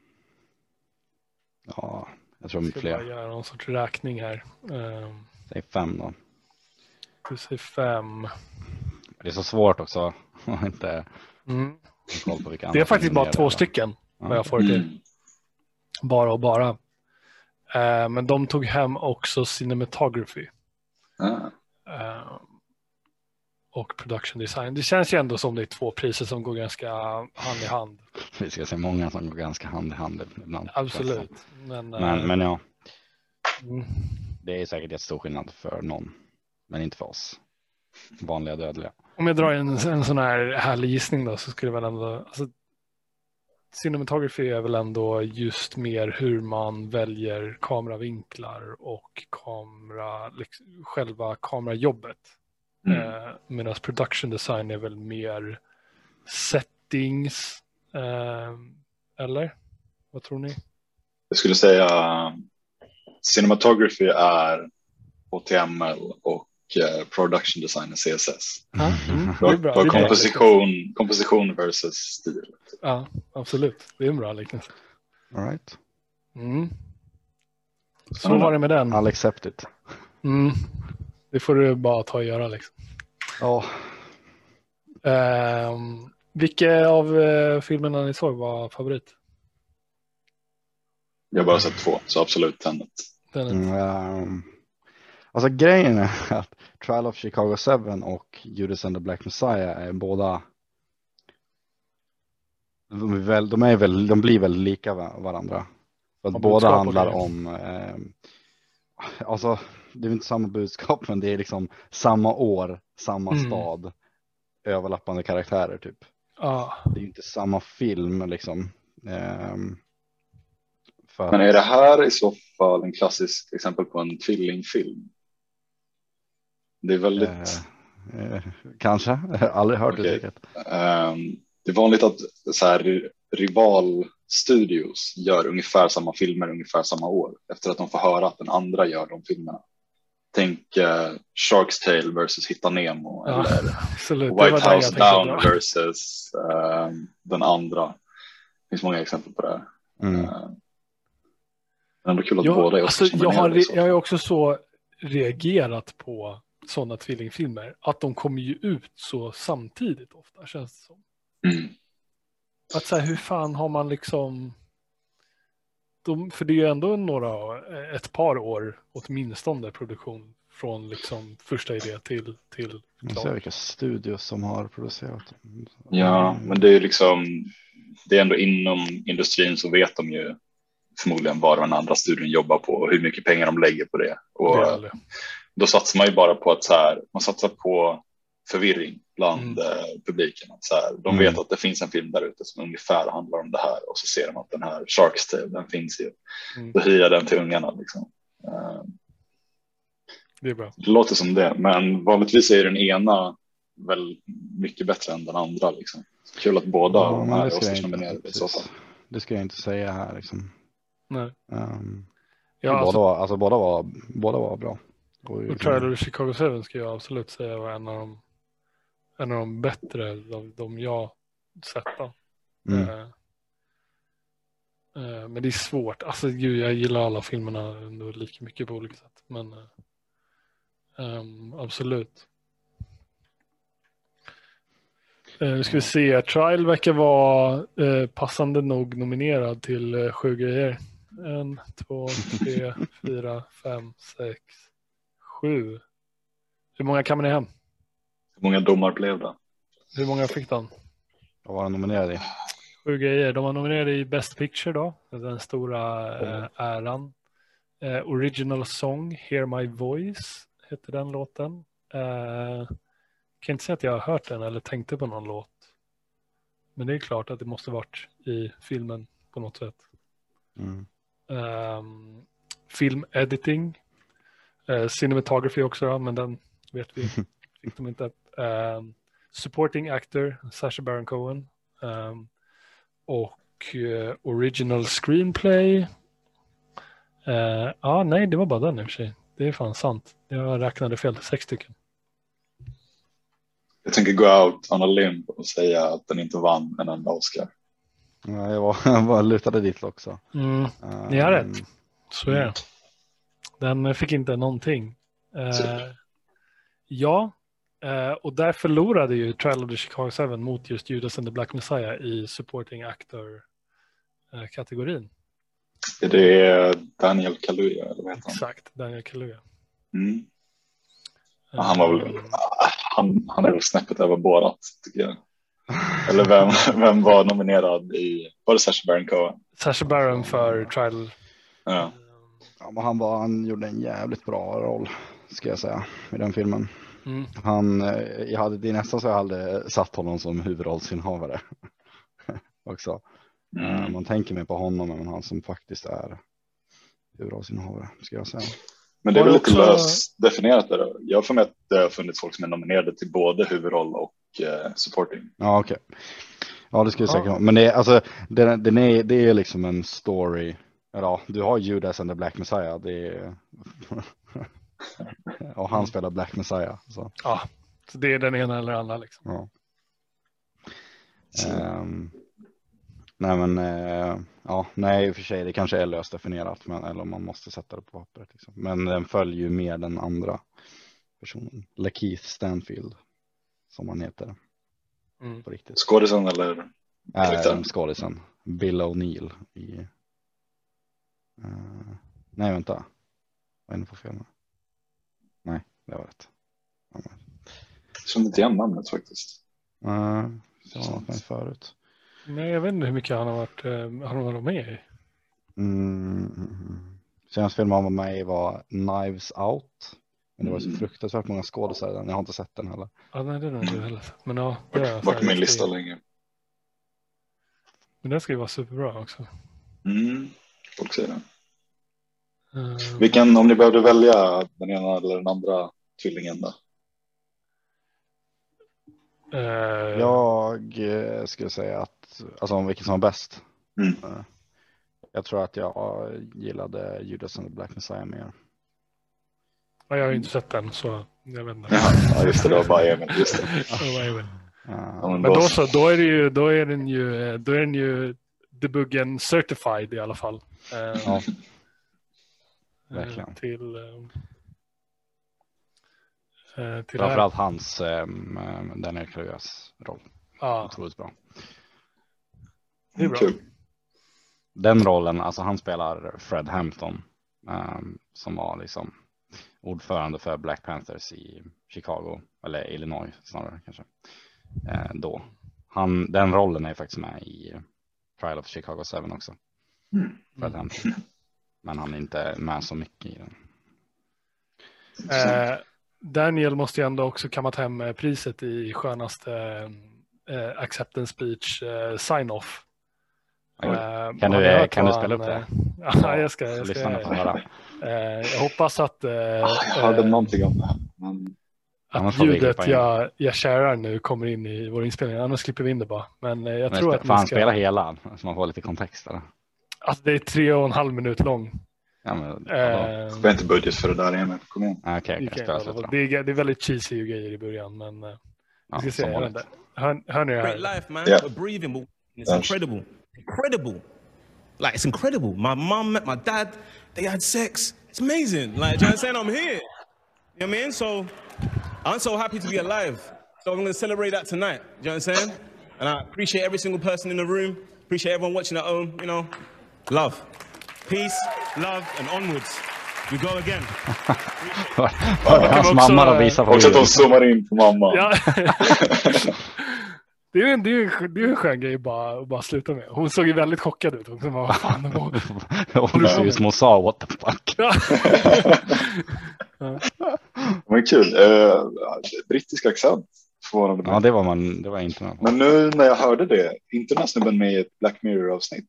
Ja, jag tror Jag ska bara fler. göra någon sorts räkning här. Uh, Säg fem då. du säger fem. Det är så svårt också. att inte Mm. koll på vilka Det är andra faktiskt som bara är två det. stycken vad Ja. jag får till. Mm. Bara och bara. Uh, men de tog hem också cinematography. Ja. Uh, och production design. Det känns ju ändå som det är två priser som går ganska hand i hand. Vi ska se många som går ganska hand i hand ibland. Absolut. Men, Men, uh, men ja, mm. det är säkert jättestor skillnad för någon. Men inte för oss. Vanliga dödliga. Om jag drar en, en sån här härlig gissning då så skulle det väl ändå, alltså, cinematography är väl ändå just mer hur man väljer kameravinklar och kamera, liksom, själva kamerajobbet. Mm. Eh, medan production design är väl mer settings, eh, eller? Vad tror ni? Jag skulle säga cinematography är H T M L och uh, production design och C S S. Mm, det är bra. Det är komposition, bra. komposition versus stil. Ja, absolut. Det är en bra liknelse. All right. Mm. Så mm. var det med den. I'll accept it. Mm. Det får du bara ta och göra liksom. Ja. Um, vilka av uh, filmerna ni såg var favorit? Jag har bara sett två, så absolut Tenet. Tenet. Mm, alltså grejen är att Trial of Chicago seven och Judas and the Black Messiah är båda de är väl, de är väl, de blir väl lika varandra. För att båda handlar om eh, alltså det är inte samma budskap, men det är liksom samma år, samma mm. stad, överlappande karaktärer typ. Ah. Det är inte samma film liksom. Eh, för men är det här i så fall en klassisk exempel på en tvillingfilm? Det är väldigt... Eh, eh, kanske, jag har aldrig hört okay. det säkert. Um, det är vanligt att så här, rivalstudios gör ungefär samma filmer ungefär samma år efter att de får höra att den andra gör de filmerna. Tänk uh, Shark's Tale versus Hitta Nemo ja, eller absolut. White House Down versus uh, den andra. Det finns många exempel på det här. Mm. Uh, det är ändå kul att jag, båda är alltså, jag har re- jag har också så reagerat på sådana tvillingfilmer att de kommer ju ut så samtidigt ofta, känns det som. Mm. Att så här, hur fan har man liksom de, för det är ju ändå några ett par år åtminstone produktion från liksom första idé till till jag ser vilka studios som har producerat. Ja, men det är liksom det är ändå inom industrin så vet de ju förmodligen vad den andra studion jobbar på och hur mycket pengar de lägger på det. Och det det. Då satsar man ju bara på att så här, man satsar på förvirring bland mm. eh, publiken. Att så här, de vet mm. att det finns en film där ute som ungefär handlar om det här och så ser de att den här Shark's Tale, den finns ju. Mm. Då hyr jag den till ungarna liksom. Uh, det är bra. Det låter som det, men vanligtvis är den ena väl mycket bättre än den andra liksom. Kul att båda ja, de här Oscarsnominerade i så fall. Det ska jag inte säga här liksom. Nej. Um, ja, båda, alltså, var, alltså, båda, var, båda var bra. Och, och Trial of Chicago seven ska jag absolut säga var en av de, en av de bättre av de jag sett då. Mm. Uh, uh, men det är svårt. Alltså gud, jag gillar alla filmerna ändå lika mycket på olika sätt. Men uh, um, absolut. Uh, nu ska vi se. Trial verkar vara uh, passande nog nominerad till uh, sju grejer. En, två, tre, fyra, fem, sex, sju. Hur många kammar ni hem? Hur många domar blev det? Hur många fick de? Vad var de nominerade i? Sju grejer. De var nominerade i Best Picture då. Den stora mm. äran. Eh, original Song, Hear My Voice heter den låten. Eh, kan inte säga att jag har hört den eller tänkte på någon låt. Men det är klart att det måste varit i filmen på något sätt. Mm. Um, film editing. Uh, cinematography också då, men den vet vi fick de inte. Um, supporting actor, Sacha Baron Cohen. Um, och uh, original screenplay. Uh, ah, nej, det var bara den i och för sig. Det är fan sant. Jag räknade fel, sex stycken. Jag tänker gå out on a limb och säga att den inte vann en enda Oscar. Ja, jag var, jag var lutade dit också. Mm, ni har um, rätt. Så är det. Den fick inte någonting. Uh, ja, uh, och där förlorade ju Trial of the Chicago seven mot just Judas and the Black Messiah i supporting actor-kategorin. Uh, är det Daniel Kaluuya? Eller vad heter han? Exakt, Daniel Kaluuya. Mm. Ja, han var väl, han, han är väl snäppet över Borat, tycker jag. Eller vem, vem var nominerad i, var det Sacha Baron Cohen? Sacha Baron för Trial. Ja. Ja, men han, var, han gjorde en jävligt bra roll, ska jag säga, i den filmen. Mm. Han, jag hade, det är nästan så jag hade satt honom som huvudrollsinnehavare också. Mm. Man tänker mig på honom, men han som faktiskt är huvudrollsinnehavare, ska jag säga. Men det är väl lite löst definierat där då. Jag har för mig att det har funnits folk som är nominerade till både huvudroll och eh, supporting. Ja, okej. Okay. Ja, det skulle jag säkert. Men det är, alltså, den, den är, det är liksom en story. Ja, du har Judas and the Black Messiah. Det är, och han mm. spelar Black Messiah. Så. Ja, så det är den ena eller andra liksom. Ja. Um, nej men uh, ja, nej i och för sig det kanske är löst definierat, men eller om man måste sätta det på pappret liksom. Men den följer ju med den andra personen, Lakeith Stanfield som han heter. Mm. På riktigt. Skådisen eller äh, skådisen Bill O'Neill i uh, nej vänta vad är det på filmen? Nej, det var rätt. Som inte igen namnet faktiskt. Uh, så har man förut. Nej, jag vet inte hur mycket han har varit, uh, han har varit med i. Mm. Senaste filmen han var med i var Knives Out. Men det var så fruktansvärt många skådespelare i den. Jag har inte sett den heller. Ja, nej, det är nog inte heller. Men ja, det är varit på min lista länge. Men den ska ju vara superbra också. Mm, folk säger det. Uh, Vilken, om ni behövde välja den ena eller den andra tvillingen då? Uh, jag eh, skulle säga att, alltså om vilken som var bäst. Mm. Uh, jag tror att jag gillade Judas and the Black Messiah mer. Ja, jag har ju inte sett den så jag vet inte. Ja, just det, det var bara Emil, just det. Det var Emil. Uh, Men då så, då är det ju, då är den ju, då är den ju debuggen certified i alla fall. Uh, ja. Verkligen. Till, uh, till framförallt hans um, Daniel Kaluuyas roll. Ja. Otroligt bra. Det är bra. Kul. Den rollen, alltså han spelar Fred Hampton um, som var liksom ordförande för Black Panthers i Chicago eller Illinois snarare kanske. Uh, då. Han, den rollen är faktiskt med i Trial of Chicago seven också. Mm. Fred Hampton. Men han är inte med så mycket i den. Uh, Daniel måste ju ändå också kammat hem priset i skönaste uh, acceptance speech uh, sign-off. Uh, kan du, kan du spela upp det? Ja, jag ska. Jag, ska, jag, uh, jag hoppas att... Uh, jag hörde uh, någonting om det här. Men... Att ljudet jag, jag kärar nu kommer in i vår inspelning. Annars klipper vi in det bara. Men uh, jag men tror sp- att man ska... spela hela så man får lite kontext. Eller? Alltså det är tre och en halv minut lång. Ja, men, uh, det är inte budget för det där igen. Kom igen. Ah, okay, okay, okay, alltså, det, är, det är väldigt cheesy grejer i början. Men uh, ja, vi ska se. Hör, hör ni det här? Great life, man. Yeah. We're breathing. It's incredible. Incredible. Like, it's incredible. My mom met my dad. They had sex. It's amazing. Like, do you understand? I'm here. You know what I mean? So, I'm so happy to be alive. So, I'm going to celebrate that tonight. Do you understand? And I appreciate every single person in the room. Appreciate everyone watching at home. You know, love. Peace, love, and onwards. We go again. Hans mamma då visar på också att de zoomar in på mamma. Ja. Det är ju en, det är, det är en skön grej bara, att bara sluta med. Hon såg ju väldigt chockad ut. Hon var fan. Hon ser ju som hon sa, what the fuck. Ja. Ja. Men kul. Uh, brittisk accent. Ja, det var man, det var inte med. Men nu när jag hörde det, inte nästan med i ett Black Mirror-avsnitt.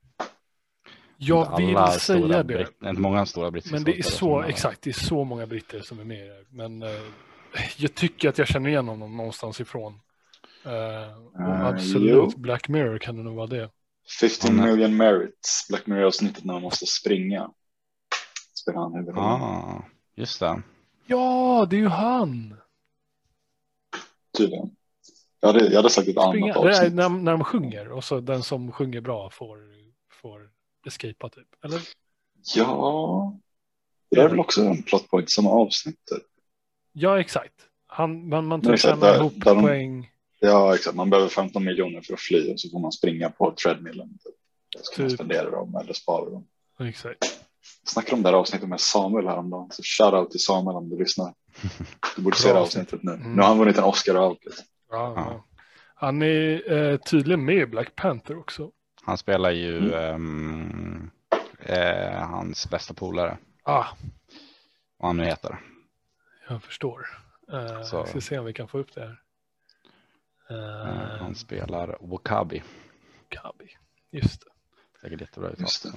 Jag vill säga det. Britt, inte många stora brittiska. Men det är så, exakt, det är så många britter som är med. Men uh, jag tycker att jag känner igen honom någonstans ifrån. Uh, uh, absolut, jo. Black Mirror kan det nog vara det. femton million merits, Black Mirror-avsnittet när man måste springa. Spelar han huvudrollen. Ah, just det. Ja, det är ju han. Tydligen. Jag hade, jag hade sagt ett springa. annat avsnitt. När, när de sjunger och så den som sjunger bra får, får escapa typ, eller? Ja, det är väl också en plotpoint som avsnittet. Ja, exakt. Han, man man typ tjänar ihop där de, poäng. Ja, exakt. Man behöver femton miljoner för att fly och så får man springa på treadmillen. Typ. Så kan man spendera dem eller spara dem. Exakt. Jag snackade om det här avsnittet med Samuel häromdagen. Så shout out till Samuel om du lyssnar. Du borde se det avsnittet nu. Mm. Nu har han vunnit en Oscar och allt. Ja, ja. Han är eh, tydligen med i Black Panther också. Han spelar ju mm. um, eh, hans bästa polare. Ah. Vad han nu heter. Jag förstår. Uh, Så. Ska se om vi kan få upp det här. Uh, uh, han spelar Wakabi. Wakabi, just det. Säkert jättebra ut. Just det.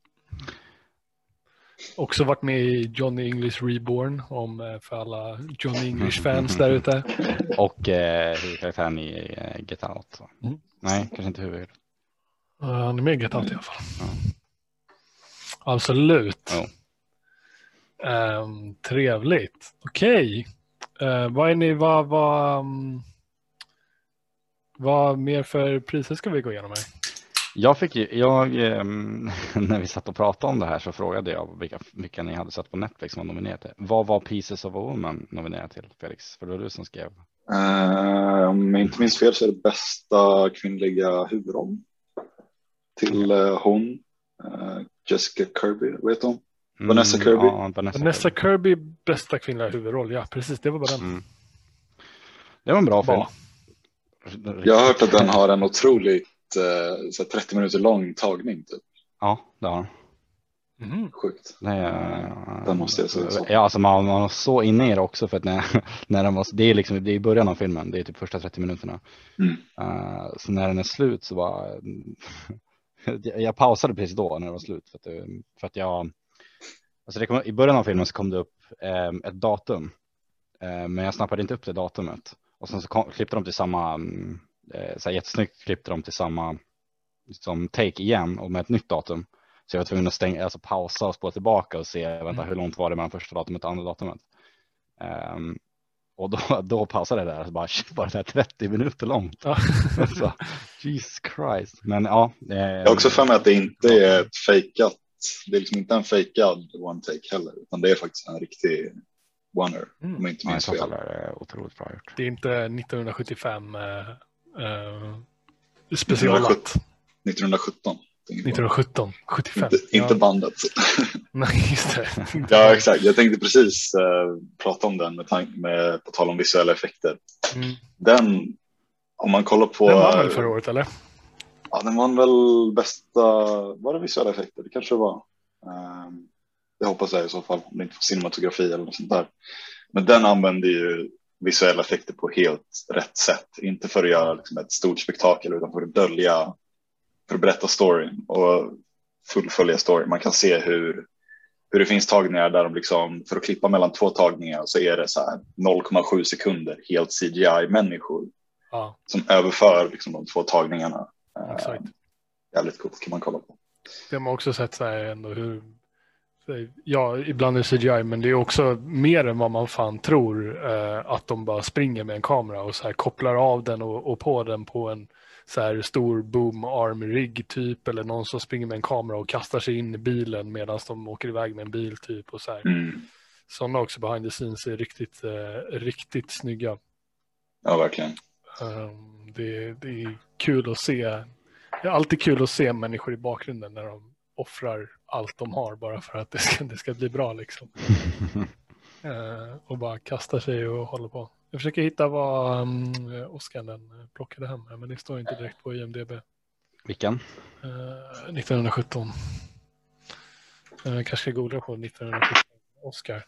Också varit med i Johnny English Reborn, om för alla Johnny English-fans där ute. Och eh, huvudkaraktären i eh, Get Out. Mm. Nej, kanske inte huvud. Uh, han är med i Get Out i alla fall. Ja. Absolut. Oh. Um, trevligt. Okej. Okay. Uh, vad är ni, vad, vad, um, vad mer för priser ska vi gå igenom här? Jag fick ju, jag, eh, när vi satt och pratade om det här så frågade jag vilka, vilka ni hade sett på Netflix som var nominerade till. Vad var Pieces of a Woman nominerad till, Felix? För det var du som skrev. Uh, om jag inte minns fel så är det bästa kvinnliga huvudroll till uh, hon, uh, Jessica Kirby, vet hon? Mm, Vanessa Kirby. Ja, Vanessa, Vanessa Kirby, bästa kvinnliga huvudroll, ja precis, det var bara den. Mm. Det var en bra film. Jag har hört att den har en otroligt så trettio minuter lång tagning typ. Ja, det har mm. Sjukt. Det är, den måste jag säga så. Ja, alltså man, man var så inne i det också för att när, när den var, det är liksom det är i början av filmen, det är typ första trettio minuterna. Mm. Uh, så när den är slut så var jag pausade precis då när det var slut för att, för att jag alltså det kom, i början av filmen så kom det upp um, ett datum. Uh, men jag snappade inte upp det datumet. Och sen så kom, klippte de till samma um, så här jättesnyggt klippte de till samma som take igen och med ett nytt datum. Så jag var tvungen att stänga, alltså pausa och spåra tillbaka och se vänta, mm. hur långt var det mellan första datumet och andra datumet. Um, och då, då pausade det där så bara, bara det här trettio minuter långt. Ja. Så, Jesus Christ. Men ja. Eh, jag har också för mig att det inte är ett fejkat, det är liksom inte en fejkad one take heller, utan det är faktiskt en riktig oneer. Mm. Om jag inte minns fel. Ja, det är otroligt bra gjort. Det är inte nittonhundrasjuttiofem eh, Uh, specialat nittonhundrasjutton nittonhundrasjutton sjuttiofem inte, ja. Inte bandet. Nej, just det. Ja, exakt. Jag tänkte precis uh, prata om den med, tank- med på tal om visuella effekter. Mm. Den, om man kollar på... Den var väl förra året, eller? Ja, den var väl bästa... Var det visuella effekter? Det kanske det var. Um, det hoppas jag i så fall. Om det inte var cinematografi eller något sånt där. Men den använder ju visuella effekter på helt rätt sätt. Inte för att göra liksom ett stort spektakel utan för att dölja, för att berätta storyn och fullfölja storyn. Man kan se hur, hur det finns tagningar där de liksom, för att klippa mellan två tagningar så är det så här noll komma sju sekunder helt C G I-människor ja. Som överför liksom de två tagningarna. Exakt. Uh, jävligt coolt, kan man kolla på. Det har man också sett så här ändå hur ja, ibland är det C G I, men det är också mer än vad man fan tror eh, att de bara springer med en kamera och så här kopplar av den och, och på den på en så här stor boom arm rig typ, eller någon som springer med en kamera och kastar sig in i bilen medan de åker iväg med en bil typ och så här. Mm. Sådana också behind the scenes är riktigt eh, riktigt snygga. Ja, verkligen. Um, det, det är kul att se. Det är alltid kul att se människor i bakgrunden när de offrar allt de har bara för att det ska, det ska bli bra liksom. uh, och bara kastar sig och håller på. Jag försöker hitta vad um, Oscar den plockade hem här, men det står inte direkt på I M D B. Vilken? Uh, nittonhundrasjutton. Uh, kanske ska googla på nittonhundrasjutton Oscar.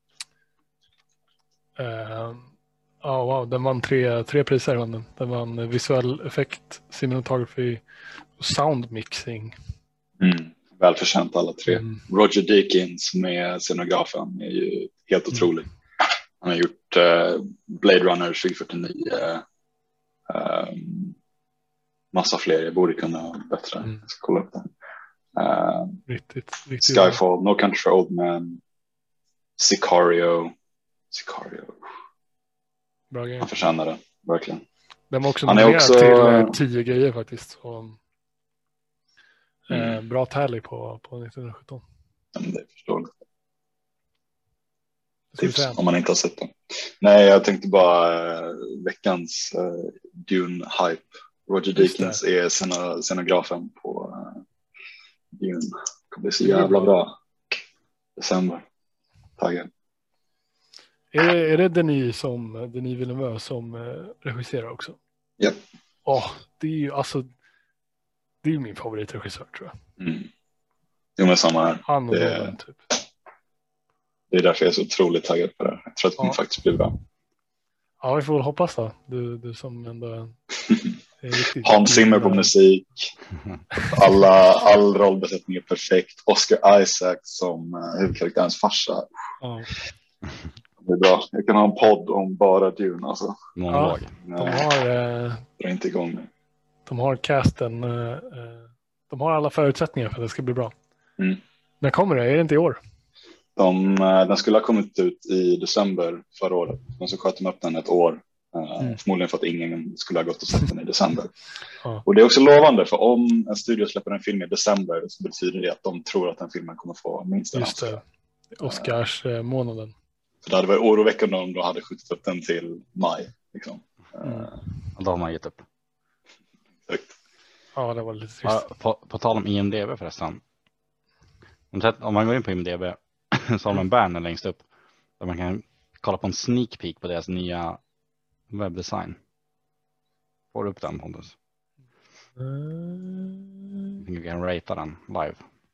Uh, oh, wow, den vann tre, tre priser. Den, den vann visuell effekt, cinematography och sound mixing. Mm. Välförtjänt alla tre. Mm. Roger Deakins med scenografen är ju helt mm. otrolig. Han har gjort uh, Blade Runner tjugo fyrtionio. Uh, massa fler. Jag borde kunna bättre. Mm. Jag ska kolla upp den. Uh, riktigt, riktigt Skyfall, bra. No Country for Old Men, Sicario. Sicario. Bra grej. Han förtjänar det, verkligen. Den var också Han är också till uh, tio grejer faktiskt. Så, mm. uh, bra tally på, på nittonhundrasjutton. Ja, det är förståeligt. Tips om man inte har sett den. Nej, jag tänkte bara uh, veckans uh, Dune-hype. Roger Deakins är scena, scenografen på uh, Dune. Det kommer bli så jävla bra. December. Taggad. Är det, är det Denis som Denis Villeneuve som uh, regisserar också? Ja. Åh, det är ju alltså det är ju min favoritregissör tror jag. Mm. Jo, men samma här. Han och det, Nolan, typ. Det är därför jag är så otroligt taggad på det. Jag tror att det kommer ja. faktiskt bli bra. Ja, vi får väl hoppas då. Du, du som ändå är riktigt... Hans Zimmer på musik. Alla, all rollbesättning är perfekt. Oscar Isaac som uh, huvudkaraktärens farsa. Ja. Det är bra. Jag kan ha en podd om bara Dune alltså. Ja, de har... Uh, Dra inte igång nu. De har casten. Uh, uh, de har alla förutsättningar för att det ska bli bra. Mm. När kommer det? Är det inte i år? De, den skulle ha kommit ut i december förra året, men så sköt de upp den ett år. Mm. Förmodligen för att ingen skulle ha gått och sett den i december. Ja. Och det är också lovande, för om en studio släpper en film i december så betyder det att de tror att den filmen kommer få minst en Just det, Oscars-månaden. Så det hade varit oroväckande om de hade skjutit upp den till maj. Liksom. Mm. Och då har man gett upp. Exakt. Ja, det var lite trist. Ja, på, på tal om I M D B förresten. Om man går in på I M D B så har man en banner längst upp där man kan kolla på en sneak peek på deras nya webbdesign. Får du upp den, Pontus? Mm. Du kan ratea den live.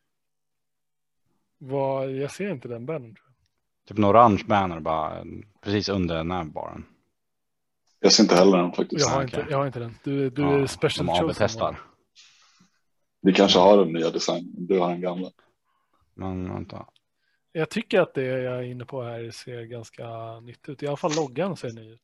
Vad, jag ser inte den bannern. Typ en orange banner bara precis under navbaren. Jag ser inte heller den faktiskt. Jag har, ah, inte, okay. jag har inte den. Du, du ja, är special chosen. Testar. Vi kanske har den nya designen. Du har den gamla. Men vänta. Jag tycker att det jag är inne på här ser ganska nytt ut. I alla fall loggan ser ny ut.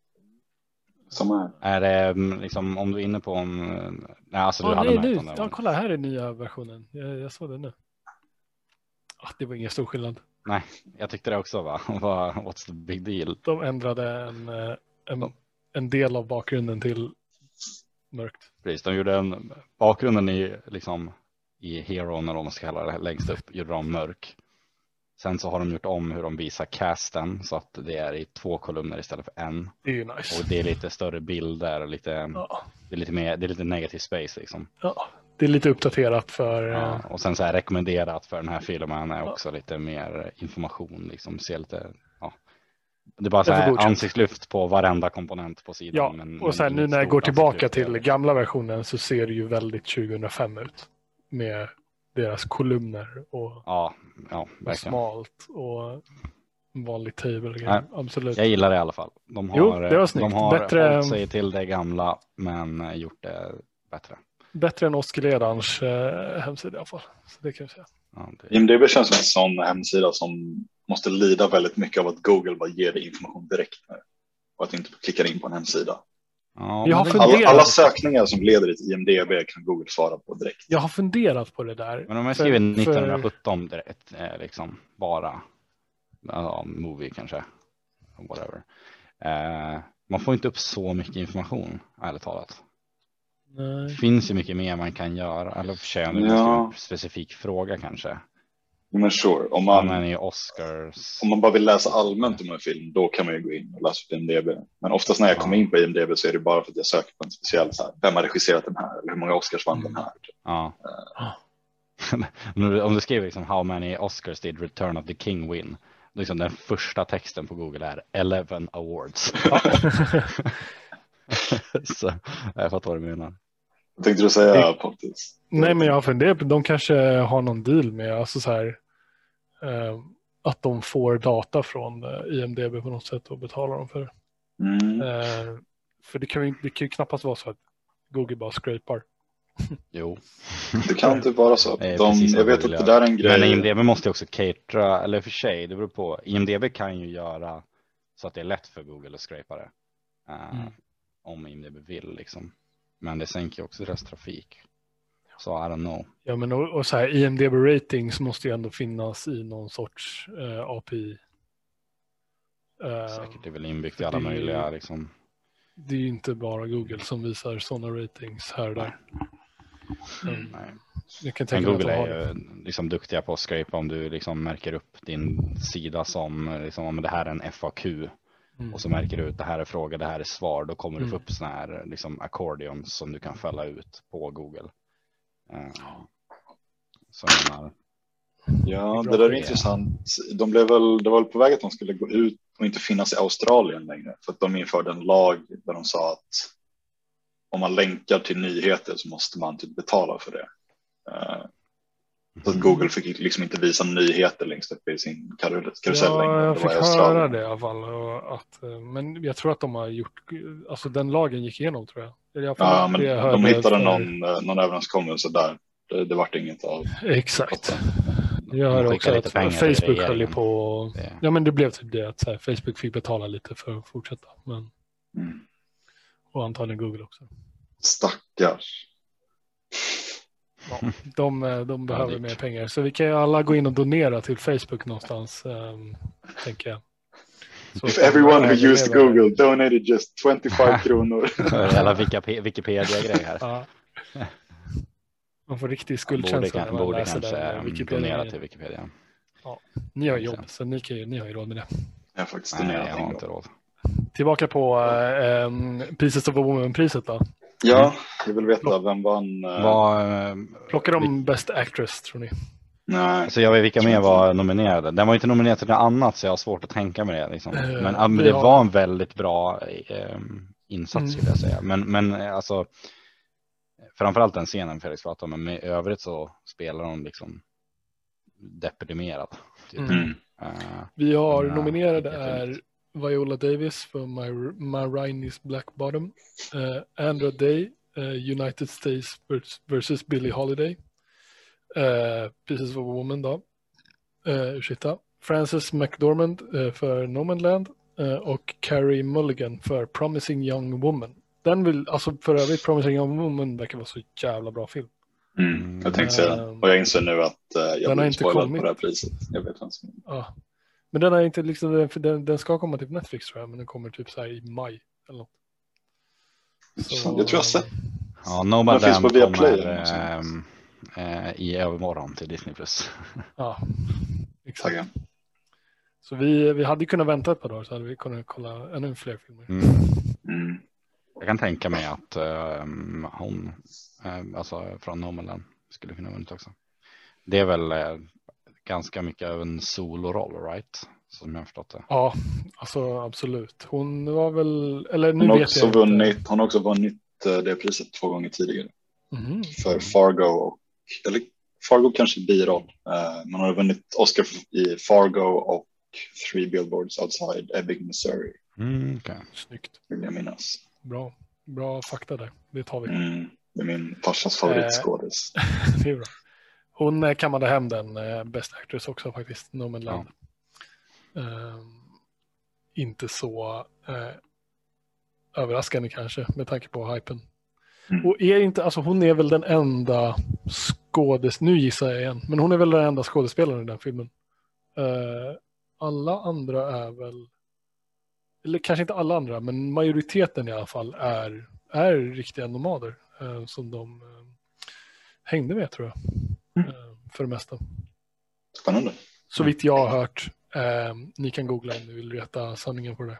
Som är. Är det liksom om du är inne på en... Nej, alltså ja, du hade nej, med nu. Ja, kolla, här är nya versionen. Jag, jag såg det nu. Ah, det var ingen stor skillnad. Nej, jag tyckte det också, va? What's the big deal? De ändrade en, en, en del av bakgrunden till mörkt. Precis, de gjorde en... Bakgrunden i, liksom, i Hero, när de ska kalla det längst upp, gjorde de mörk. Sen så har de gjort om hur de visar casten så att det är i två kolumner istället för en. Det är ju nice. Och det är lite större bilder och lite, ja. det är lite mer, det är lite negativ space liksom. Ja, det är lite uppdaterat för... Ja, och sen så här rekommenderat för den här filmen är också ja. lite mer information liksom. Ser lite, ja. Det är bara så här ansiktslyft på varenda komponent på sidan. Ja, men, och sen nu när jag går tillbaka till gamla versionen så ser det ju väldigt tjugohundrafem ut. Med deras kolumner och, ja, ja, och smalt och vanlig table. Nej, absolut. Jag gillar det i alla fall. De har, jo, det var snyggt. De har bättre, hållit sig till det gamla men gjort det bättre. Bättre än Oskar Ledans eh, hemsida i alla fall. Så det kan jag säga. Ja, det... I M D B känns som en sån hemsida som måste lida väldigt mycket av att Google bara ger dig information direkt nu. Och att du inte klickar in på en hemsida. Ja, jag har alla, alla sökningar som leder till I M D B kan Google svara på direkt. Jag har funderat på det där. Men om jag skriver för, nittonhundrasjutton direkt, eh, liksom bara ja, movie kanske, whatever. Eh, man får inte upp så mycket information, ärligt talat. Nej. Det finns ju mycket mer man kan göra. Eller för sig, ja. en specifik fråga kanske. Men sure, om man, man är Oscars... om man bara vill läsa allmänt om en film, då kan man ju gå in och läsa på I M D B. Men oftast när jag kommer in på I M D B så är det bara för att jag söker på en speciell så här, vem har regisserat den här? Eller hur många Oscars vann mm. den här? Ja. Uh. Om du skriver liksom, how many Oscars did Return of the King win? Liksom den första texten på Google är eleven awards. Så jag fattar vad du menar. Vad tänkte du säga, Pontus? Nej, men jag har funderat, de kanske har någon deal med alltså så här, eh, att de får data från eh, I M D B på något sätt och betalar dem för. Mm. Eh, för det kan, ju, det kan ju knappast vara så att Google bara scrapar. Jo. Det kan inte vara så. De, jag vet att det där är en grej. Men I M D B måste också catera, eller för sig, det beror på. I M D B kan ju göra så att det är lätt för Google att scrapa det. Uh, mm. Om I M D B vill liksom. Men det sänker också deras trafik. Så I don't know. Ja, men och, och så här, I M D B ratings måste ju ändå finnas i någon sorts uh, A P I. Uh, Säkert det är väl inbyggt i alla möjliga liksom. Det är ju inte bara Google som visar sådana ratings här och där. Mm. Nej. Jag kan tänka men Google är ju liksom duktiga på att scrapa om du liksom märker upp din sida som liksom, om det här är en F A Q. Mm. Och så märker du ut det här är fråga, det här är svar. Då kommer mm. du få upp såna här liksom, accordions som du kan fälla ut på Google. Uh, så menar, ja, det där är intressant. De blev väl, det var väl på väg att de skulle gå ut och inte finnas i Australien längre. För att de införde en lag där de sa att om man länkar till nyheter så måste man typ betala för det. Uh, Så att Google fick liksom inte visa nyheter längst upp i sin karusell. Ja, jag fick höra det i alla fall. Att, men jag tror att de har gjort, alltså den lagen gick igenom tror jag. jag ja, men de hittade för... någon, någon överenskommelse där. Det, det vart inget av. Exakt. Jag hör också att Facebook höll ju på. Det. Ja, men det blev typ det att så här, Facebook fick betala lite för att fortsätta. Men... Mm. Och antagligen Google också. Stackars. Ja, de, de behöver ja, mer pengar. Så vi kan ju alla gå in och donera till Facebook någonstans, um, tänker jag. Så if everyone who used Google donated just twenty-five kronor. Eller Wikipedia-grej här. Ja. Man får riktig skuldkänsla när man borde läser kanske den Wikipedia. Donera till Wikipedia. Ja. Ni har jobb, så ni, kan ju, ni har ju råd med det. Jag har faktiskt Nej, jag har inte råd. Tillbaka på um, Pieces of a Woman-priset då. Ja, jag vill veta Plock- vem vann. Uh... Var, uh, Plockar de Best Actress, tror ni? Nej. Alltså jag vet vilka mer var nominerade. Den var inte nominerad till något annat, så jag har svårt att tänka mig det. Liksom. Uh, men uh, det har... var en väldigt bra uh, insats, mm. skulle jag säga. Men, men alltså, framförallt den scenen Felix pratade om, men i övrigt så spelar de liksom deprimerad. Typ. Mm. Uh, Vi har uh, nominerade är Viola Davis för My, My Rainy's Black Bottom, uh, Andra Day, uh, United States versus Billie Holiday, uh, Pieces of a Woman då, uh, ursäkta, Frances McDormand uh, för Nomadland uh, och Carey Mulligan för Promising Young Woman. Den vill, alltså för övrigt Promising Young Woman verkar vara så jävla bra film. Mm, jag tänkte säga uh, och jag inser nu att uh, jag blir spoilad på det här priset. Jag vet inte. Ja. Men den är inte liksom, den, den ska komma till Netflix tror jag, men den kommer typ så här i maj eller något. Så, jag tror jag har sett. Ja, Nomadland kommer ähm, äh, i övermorgon till Disney plus. Ja, exakt. Okay. Så vi, vi hade kunnat vänta ett par dagar så hade vi kunnat kolla ännu fler filmer. Mm. Mm. Jag kan tänka mig att um, hon, um, alltså från Nomadland, skulle kunna vinna också. Det är väl uh, ganska mycket av en soloroll, right? Som jag har förstått det. Ja, alltså absolut. Hon var väl, eller nu hon har vet också jag vunnit, inte. Hon har också vunnit det priset två gånger tidigare. Mm. För Fargo, och, eller Fargo kanske biroll. Uh, man har vunnit Oscar i Fargo och Three Billboards Outside Ebbing, Missouri. Mm, okay. Snyggt. Vill jag minnas. Bra, bra fakta där. Det tar vi. Mm, det är min farsas favoritskådis. Eh, det är bra. Hon kammade hem den eh, Best Actress också faktiskt, Nomadland. Ja. Eh, inte så eh, överraskande kanske med tanke på hypen. Mm. Och är inte, alltså hon är väl den enda skådes, nu gissar jag igen, men hon är väl den enda skådespelaren i den filmen. Eh, alla andra är väl, eller kanske inte alla andra, men majoriteten i alla fall är, är riktiga nomader eh, som de eh, hängde med tror jag. Mm. För det mesta. Spännande. Så vitt jag har hört, eh, ni kan googla om ni vill veta sanningen på det.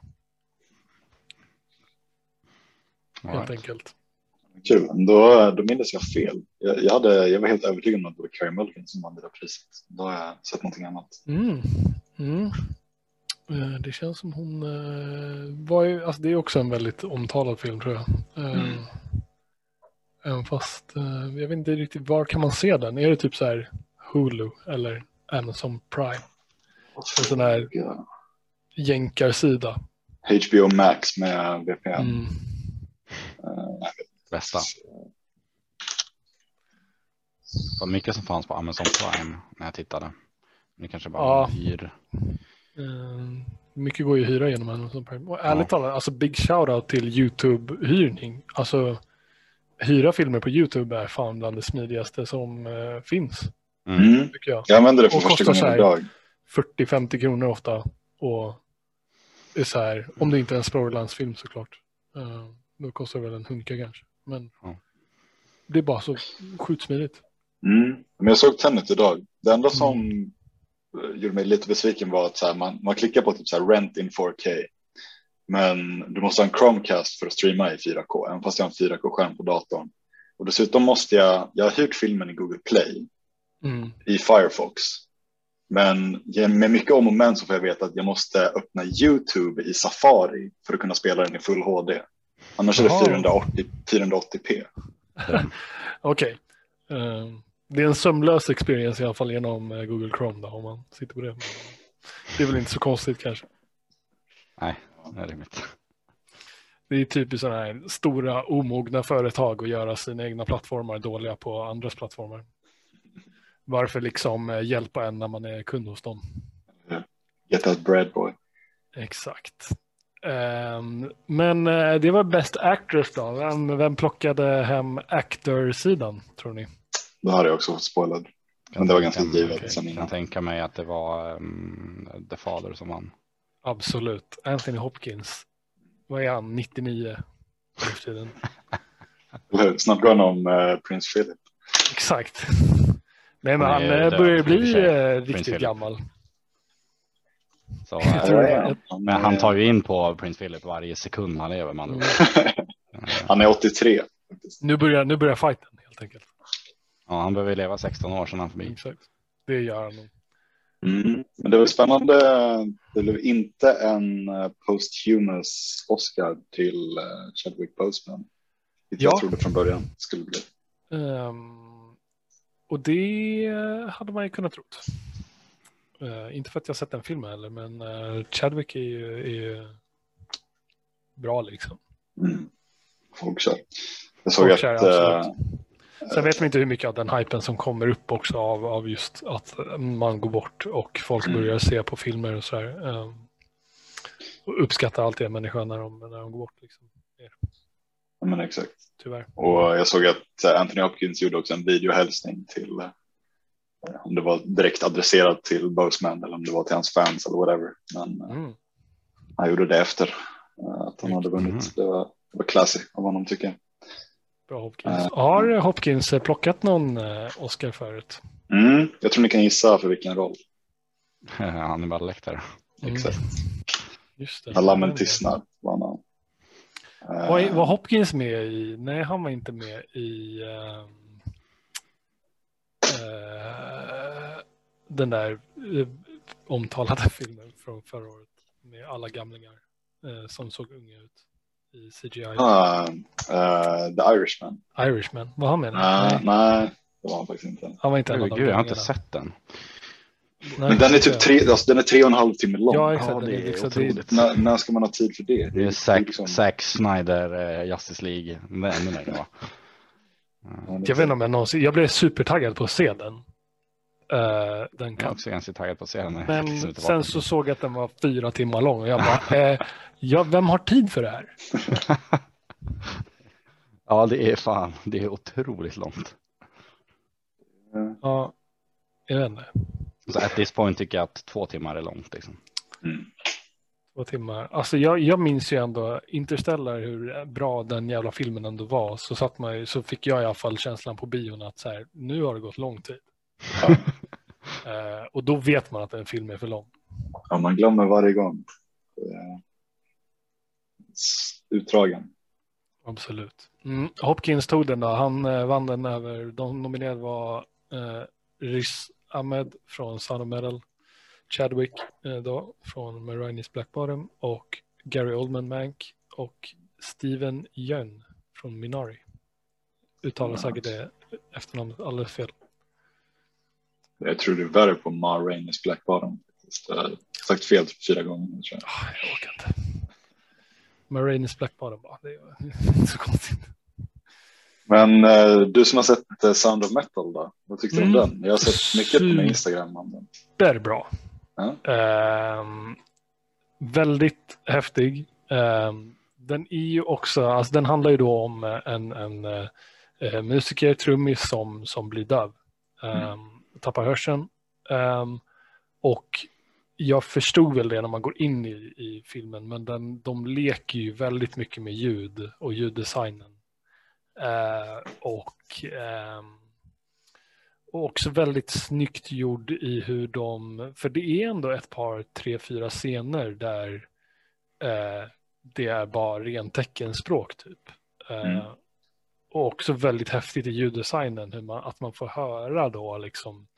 Helt right. enkelt. Kul, då, då minns jag fel. Jag, jag, hade, jag var helt övertygad om att det var Carey Mulligan som vann det där priset. Då har jag sett någonting annat. Mm. Mm. Eh, det känns som hon eh, var ju, alltså det är också en väldigt omtalad film tror jag. Eh, mm. Även fast eh, jag vet inte riktigt, var kan man se den? Är det typ så här Hulu eller Amazon Prime? En sån här ja. jänkarsida. H B O Max med V P N. Mm. Uh, Bästa. Det var mycket som fanns på Amazon Prime när jag tittade. Det kanske bara ja. hyr. Uh, mycket går ju att hyra genom Amazon Prime. Och ärligt ja. talat, alltså big shoutout till YouTube-hyrning. Alltså hyra filmer på YouTube är fan bland det smidigaste som uh, finns. Mm. Tycker jag. Jag använder det för och första gången idag. fyrtio till femtio kronor ofta. Och är så här, om det inte är en storylandsfilm såklart. Uh, då kostar det väl en hunka kanske. Men ja. det är bara så skjutsmidigt. Mm. Men jag såg Tenet idag. Det enda som mm. gjorde mig lite besviken var att så här, man, man klickar på typ så här, rent in four K. Men du måste ha en Chromecast för att streama i fyra K. Även fast jag har en fyra K-skärm på datorn. Och dessutom måste jag, jag har hyrt filmen i Google Play. Mm. I Firefox. Men med mycket om och men så får jag veta att jag måste öppna YouTube i Safari för att kunna spela den i full H D. Annars Aha. är det fyrahundraåttio, fyrahundraåttio p. Okej. Okay. Uh, det är en sömlös experience i alla fall genom uh, Google Chrome då, om man sitter på det. Det är väl inte så konstigt kanske. Nej, det är rimligt. Det är typiskt sådana här stora omogna företag att göra sina egna plattformar dåliga på andras plattformar. Varför liksom uh, hjälpa en när man är kund hos dem? Get that bread boy. Exakt. Um, men uh, det var Best Actress då. Vem, vem plockade hem actor-sidan, tror ni? det har jag också fått spoilad. Men det var ganska givet okay. sen innan. Jag kan tänka mig att det var um, The Father som vann. Absolut. Anthony Hopkins. Vad är han? nittionio i tiden. Snart går han om uh, Prince Philip. Exakt. Nej, men han, han börjar bli uh, riktigt Philip. gammal. Så, äh, men han tar ju in på Prince Philip varje sekund han lever. Man. Mm. Han är åttiotre. Nu börjar, nu börjar fighten helt enkelt. Ja, han behöver leva sexton år sedan han förbi. Exakt. Det gör han nog. Mm. Men det var spännande. Det blev inte en posthumous Oscar till Chadwick Boseman. Det ja. Jag trodde från början skulle bli. Um, och det hade man ju kunnat tro. Uh, inte för att jag sett den filmen heller, men uh, Chadwick är ju, är ju bra liksom. Mm. Folkkär. Jag såg Folkkär, att... Uh, Sen vet man inte hur mycket av den hypen som kommer upp också av, av just att man går bort och folk mm. börjar se på filmer och sådär. Um, och uppskattar alltid människan när de, när de går bort. Liksom. Ja, men exakt. Tyvärr. Och jag såg att Anthony Hopkins gjorde också en videohälsning till, om det var direkt adresserat till Boseman eller om det var till hans fans eller whatever. Men mm. han gjorde det efter att han hade vunnit. Mm. Det var, det var classy av honom tycker jag. Bra Hopkins. Uh, Har Hopkins plockat någon uh, Oscar förut? Mm, jag tror ni kan gissa för vilken roll. Hannibal Lecter. Mm. Exakt. Just det. När lammen tystnar. Uh, var, var Hopkins med i? Nej, han var inte med i uh, uh, den där uh, omtalade filmen från förra året med alla gamlingar uh, som såg unga ut. I C G I. Uh, uh, The Irishman. Irishman, vad han menar? Uh, nej. nej, det var han faktiskt inte. Han var inte en av Gud, jag har inte sett den. Nej, men den är typ tre, alltså, den är tre och en halv timme lång. Ja, exakt. Ja, det är liksom otroligt. När, när ska man ha tid för det? Det är Zack, liksom... Zack Snyder, uh, Justice League. Det är ännu längre, va? Uh, jag vet inte om jag någonsin... Jag blev supertaggad på att se den. Uh, den kan... Jag är också ganska taggad på att se den. Men sen så såg jag att den var fyra timmar lång och jag bara... eh, ja, vem har tid för det här? Ja, det är fan, det är otroligt långt. Ja, jag vet inte. Så at this point tycker jag att två timmar är långt liksom. Mm. Två timmar. Alltså jag, jag minns ju ändå Interstellar, hur bra den jävla filmen ändå var. Så satt man ju, så fick jag i alla fall känslan på bion att så här, nu har det gått lång tid. Ja. uh, och då vet man att en film är för lång. Ja, man glömmer varje gång. Uh, utdragen. Absolut. Mm. Hopkins tog den då. Han uh, vann den över, de nominerade var uh, Riz Ahmed från Sound of Metal, Chadwick uh, då från Marini's Black Bottom och Gary Oldman Mank och Steven Yeun från Minari. Uttalar ja. säkert det efternamnet alldeles fel. Jag tror det är värre på Marini's Black Bottom. Jag har sagt fel fyra gånger. Tror jag. Oh, jag orkar inte. Marini's Black Bottom, bara. Det är inte så konstigt. Men uh, du som har sett uh, Sound of Metal då? Vad tyckte mm. du om den? Jag har sett mycket på min Instagram om den. Det är bra. Ja. Um, väldigt häftig. Um, den är ju också, alltså den handlar ju då om en, en uh, musiker, trummis som, som blir döv. Um, mm. Tappar hörseln. Um, och jag förstod väl det när man går in i, i filmen, men den, de leker ju väldigt mycket med ljud och ljuddesignen. Uh, och, um, och också väldigt snyggt gjord i hur de, för det är ändå ett par, tre, fyra scener där uh, det är bara ren teckenspråk typ. Uh, mm. Och också väldigt häftigt i ljuddesignen, hur man, att man får höra då liksom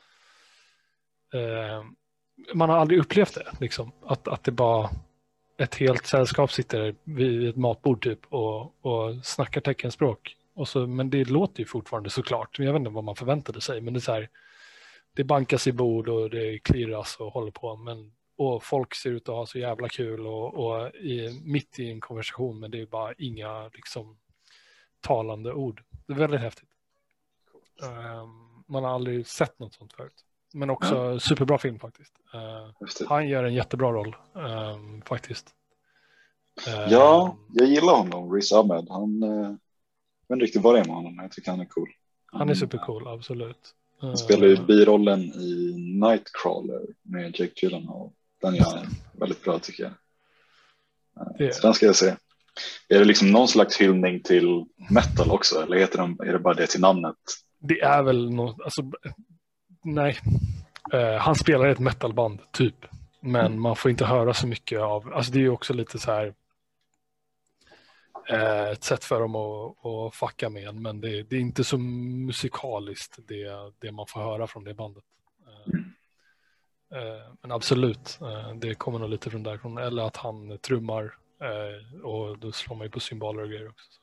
uh, man har aldrig upplevt det liksom, att, att det bara ett helt sällskap sitter vid ett matbord typ och, och snackar teckenspråk. Och så, men det låter ju fortfarande såklart. Jag vet inte vad man förväntade sig, men det är så här, det bankas i bord och det klirras och håller på, men och folk ser ut att ha så jävla kul och, och i, mitt i en konversation, men det är bara inga liksom talande ord. Det är väldigt häftigt. Um, man har aldrig sett något sånt förut. Men också ja. Superbra film faktiskt. Uh, han gör en jättebra roll um, faktiskt. Uh, ja, jag gillar honom, Riz Ahmed. Han, uh, jag vet inte riktigt vad det är med honom, men jag tycker han är cool. Han är supercool, absolut. Han spelar ju birollen i Nightcrawler med Jake Gyllenhaal. Den gör han väldigt bra tycker jag. Det... Så den ska jag se. Är det liksom någon slags hyllning till metal också? Eller heter de, är det bara det till namnet? Det är väl något, alltså, nej. Uh, han spelar i ett metalband, typ. Men mm. man får inte höra så mycket av, alltså det är ju också lite så här uh, ett sätt för dem att, att fucka med en, men det, det är inte så musikaliskt det, det man får höra från det bandet. Uh, mm. uh, men absolut, uh, det kommer nog lite från därifrån. Eller att han trummar uh, och då slår man ju på symboler och grejer också. Så.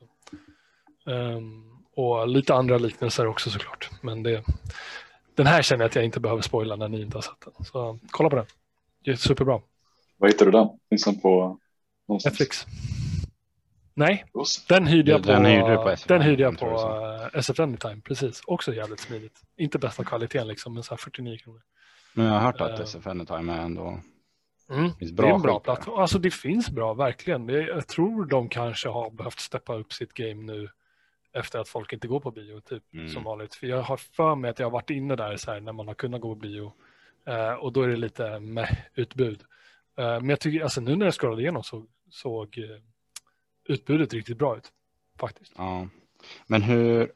Um, och lite andra liknelser också såklart, men det den här känner jag att jag inte behöver spoila när ni inte har sett den. Så kolla på den. Det är superbra. Vad hittar du den? Finns den på någonstans? Netflix? Nej, den hyrde jag på, den hyrde på, den hyrde jag på uh, S F Anytime, precis. Också jävligt smidigt. Inte bästa kvaliteten liksom, men så här fyrtionio kronor. Men jag har hört att uh, S F Anytime är ändå mm, finns bra. Det är en bra plattform. Alltså det finns bra, verkligen. Jag tror de kanske har behövt steppa upp sitt game nu efter att folk inte går på bio typ mm. som vanligt. För jag har för mig att jag har varit inne där så här, när man har kunnat gå på bio. Uh, och då är det lite med utbud. Uh, men jag tycker, alltså nu när jag scrollade igenom så såg uh, utbudet riktigt bra ut. Faktiskt. Ja. Men hur,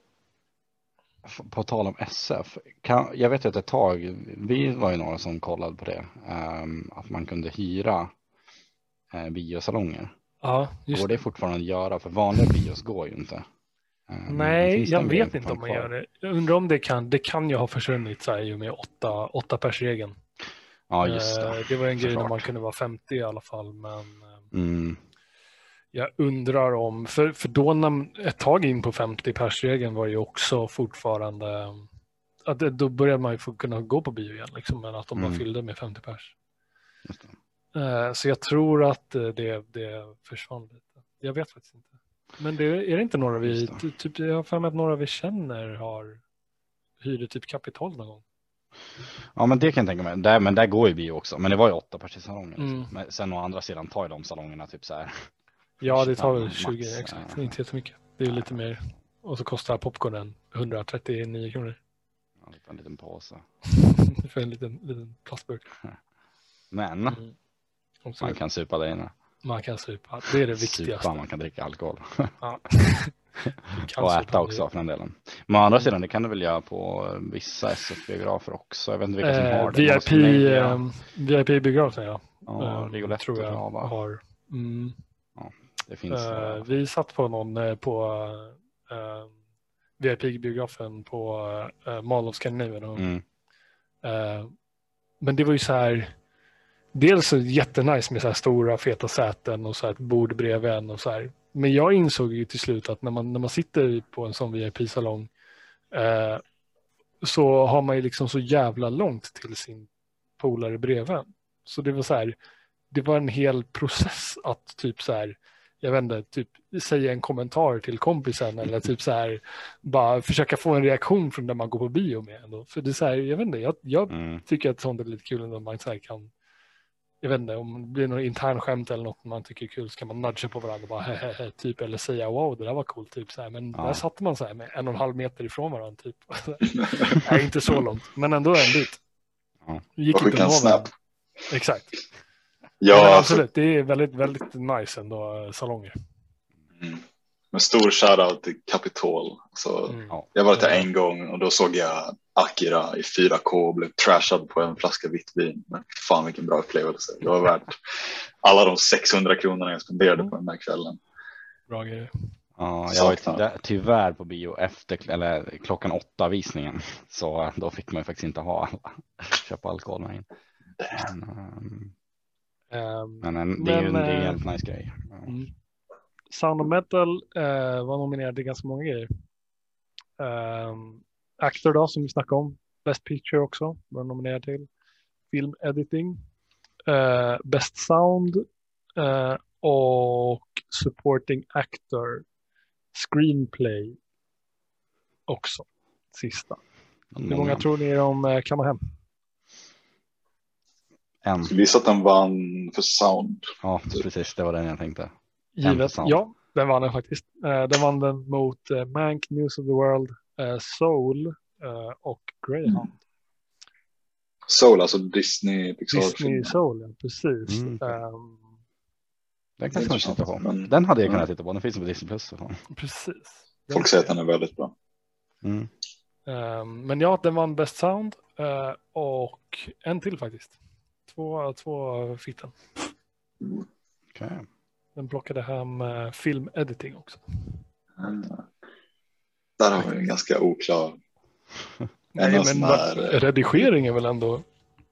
på tal om S F, kan, jag vet att ett tag, vi var ju några som kollade på det. Um, att man kunde hyra uh, biosalonger. Ja, just går det fortfarande att göra? För vanliga bios går ju inte. Nej, jag vet inte om man gör det. Jag undrar om det kan. Det kan ju ha försvunnit så här, ju med åtta, åtta pers regeln. Ja, just det. Det var en grej när man kunde vara femtio i alla fall. Men mm. jag undrar om, för, för då när, ett tag in på femtio pers regeln var ju också fortfarande att det, då började man ju få kunna gå på bio igen liksom, men att de mm. bara fyllde med femtio pers. Just det. Så jag tror att det, det försvann lite. Jag vet faktiskt inte. Men det är det inte några vi, typ, jag har för mig att några vi känner har hyrde typ Kapitol någon gång. Ja, men det kan jag tänka mig. Där, men där går ju bio också. Men det var ju åtta pers i salongen. Mm. Men sen å andra sidan tar ju de salongerna typ så här. Ja, det tar väl tjugo, max, exakt. Ja. Inte jättemycket. Det är ju lite mer. Och så kostar popcornen hundratrettionio kronor. Ja, för en liten påse. För en liten, liten plastburk. Men mm. man kan supa där inne. Man kan supa, det är det viktigaste. Supa, man kan dricka alkohol. Ja. Och äta också för den delen. Men å andra sidan, det kan du väl göra på vissa S F-biografer också. Jag vet inte vilka som eh, har det. V I P, eh, V I P-biografer, ja. Ja, eh, Rigoletto tror jag har. har. Mm. Ja, det finns. Eh, vi satt på någon eh, på eh, V I P-biografen på eh, Mall of Scandinavia. Mm. Eh, men det var ju så här. Dels så jättenice med så här stora feta säten och så här ett bord bredvid en och så här. Men jag insåg ju till slut att när man, när man sitter på en sån V I P-salong eh, så har man ju liksom så jävla långt till sin polare bredvid. Så det var så här, det var en hel process att typ så här, jag vet inte, typ säga en kommentar till kompisen eller typ så här bara försöka få en reaktion från där man går på bio med ändå. För det är så här, jag vet inte, jag, jag mm. tycker att sånt är lite kul när man så här kan. Jag vet inte, om det blir någon intern skämt eller något man tycker är kul så kan man nudga på varandra och bara hehehe, typ, eller säga wow, det där var coolt typ så här. Men ja. Där satt man så här med en och en halv meter ifrån varandra typ. Nej, inte så långt, men ändå en bit. Ja. Gick inte att nå. Exakt. Ja, men absolut, det är väldigt, väldigt nice ändå, salonger. Mm. Med stor shoutout till Kapitol. Så mm. Jag var där en gång och då såg jag Akira i fyra K och blev trashad på en flaska vitt vin. Men fan vilken bra upplevelse. Det var värt alla de sexhundra kronorna jag spenderade på den här kvällen. Bra grejer. Ja, jag var ty- tyvärr på bio efter eller klockan åtta visningen. Så då fick man ju faktiskt inte ha alla. Köpa alkohol med in. Men, um, um, men en, det är ju en, det är en helt nice grej. Ja. Mm. Sound of Metal eh, var nominerad till ganska många grejer. Um, Actor då, som vi snackade om. Best Picture också var nominerad till. Film Editing. Uh, Best Sound. Uh, och Supporting Actor. Screenplay. Också. Sista. Hur många tror ni om uh, kan man hem? En. Så visst att den vann för sound. Ja, precis. Det var den jag tänkte. Givet, ja, den vann den faktiskt. Uh, den vann den mot uh, Mank, News of the World, uh, Soul uh, och Greyhound. Mm. Soul, alltså Disney Pixar. Disney Soul, ja, precis. Mm. Um, den kanske man titta på. Men den hade jag kunnat titta på. Den finns på Disney Plus. Precis. Folk säger att den är väldigt bra. Mm. Um, men ja, den vann Best Sound uh, och en till faktiskt. Två, två fick den. Okay. Den plockade hem uh, film editing också. Mm. Där har vi en ganska oklar. Nej, men är... redigering är väl ändå.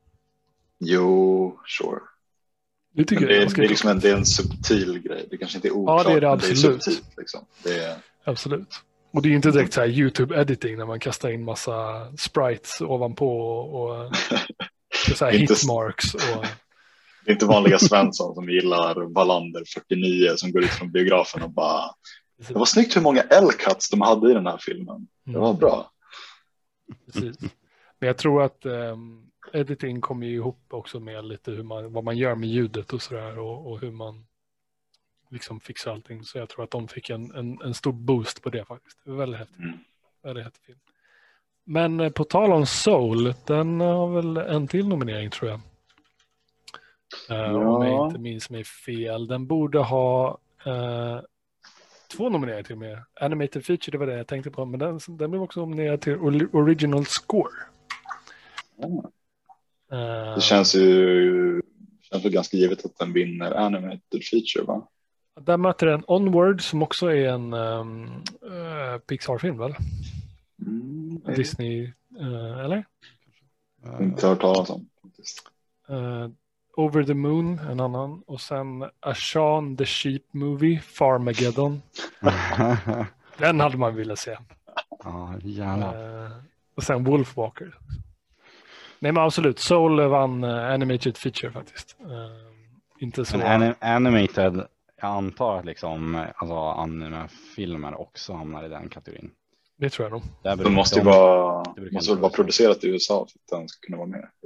Jo, sure. Det, tycker det, är, jag det, är liksom en, det är en subtil grej. Det kanske inte är oklart. Ja, det är det absolut. Det är subtilt, liksom. Det är... Absolut. Och det är ju inte direkt så här YouTube-editing när man kastar in massa sprites ovanpå och, och så här hitmarks. Och... Det är inte vanliga Svensson som gillar Wallander fyrtionio som går ut från biografen och bara Precis. Det var snyggt hur många L-cuts de hade i den här filmen. Det var bra. Precis. Men jag tror att um, editing kommer ju ihop också med lite hur man, vad man gör med ljudet och sådär och, och hur man liksom fixar allting. Så jag tror att de fick en, en, en stor boost på det faktiskt. Det var väldigt häftigt. Mm. Väldigt häftigt film. Men eh, på tal om Soul, den har väl en till nominering tror jag. Uh, ja. Om jag inte minns mig fel. Den borde ha uh, två nomineringar till och med. Animated Feature, det var det jag tänkte på. Men den, den blev också nominerad till Original Score. Mm. Uh, det känns ju känns ju ganska givet att den vinner Animated Feature, va? Där möter den Onward som också är en um, uh, Pixar-film, väl? Mm, Disney, uh, eller? Uh, inte hört talas om. Uh, Over the Moon, en annan. Och sen A Shaun the Sheep Movie, Farmageddon. Den hade man velat se. Ja, gärna. Uh, och sen Wolfwalker. Nej, men absolut. Soul vann uh, Animated Feature faktiskt. Uh, inte så... Men anim- animated, jag antar att liksom, alltså, anime-filmer också hamnar i den kategorin. Det tror jag nog. Det, det måste ju vara, det måste väl vara producerat i U S A för att den ska kunna vara med.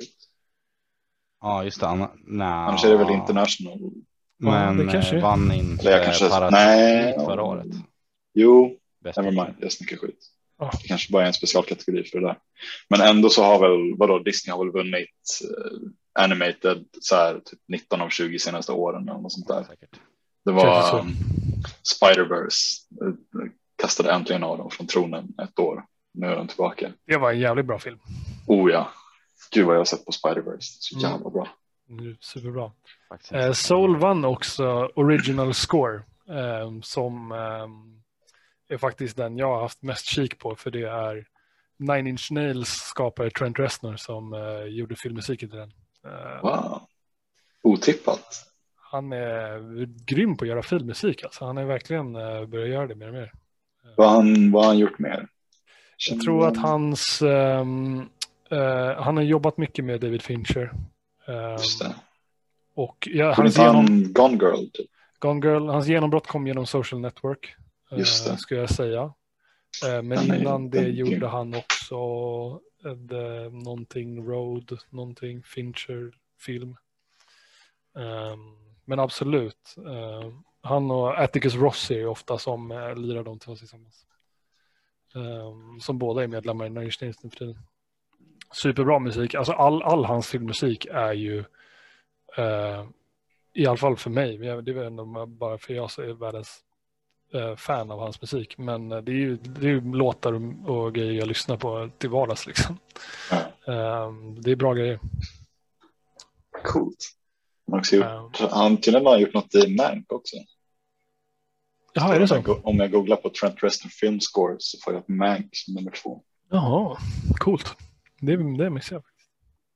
Ja, just det. An- nej. Annars är det väl international. Men ja, det kanske... vann inte jag kanske... nej, förra året. Jo, nevermind. Jag snackar skit. Oh. Det kanske bara är en specialkategori för det där. Men ändå så har väl, vadå, Disney har väl vunnit uh, animated så här, typ nitton av tjugo senaste åren eller något sånt där. Säkert. Det var um, Spider-Verse. Uh, kastade äntligen av dem från tronen ett år. Nu är de tillbaka. Det var en jävligt bra film. Oh ja. Gud vad jag har sett på Spider-Verse. Så jävla mm. bra. Mm, superbra. Uh, Soul vann också Original Score. Um, som um, är faktiskt den jag har haft mest kik på. För det är Nine Inch Nails skapare Trent Reznor som uh, gjorde filmmusiken till den. Uh, wow. Otippat. Han är grym på att göra filmmusik. Alltså. Han är verkligen uh, börjat göra det mer och mer. Vad har han, vad han gjort mer? Jag tror att hans... Um, Uh, han har jobbat mycket med David Fincher. Um, Just det. Och ja, hans genom... han Gone Girl typ. Gone Girl, hans genombrott kom genom Social Network. Just det. Uh, ska jag säga. Uh, men han innan det gjorde grym. Han också uh, någonting Road, någonting Fincher film. Um, men absolut. Uh, han och Atticus Ross är ofta som uh, lirar de två tillsammans. Um, som båda är medlemmar i Nine Inch Nails nu för tiden. Superbra musik. Alltså all, all hans filmmusik är ju uh, i alla fall för mig. Det är ändå bara för jag är världens uh, fan av hans musik. Men uh, det är ju, det är ju låtar och, och grejer jag lyssnar på till vardags liksom. Uh, det är bra grejer. Coolt. Han har också gjort, uh, han till och med har gjort något i Mank också. Jaha, är det så? Om jag, om jag googlar på Trent Reznor Film Score så får jag Mank som nummer två. Jaha, coolt. Det, det missar jag faktiskt.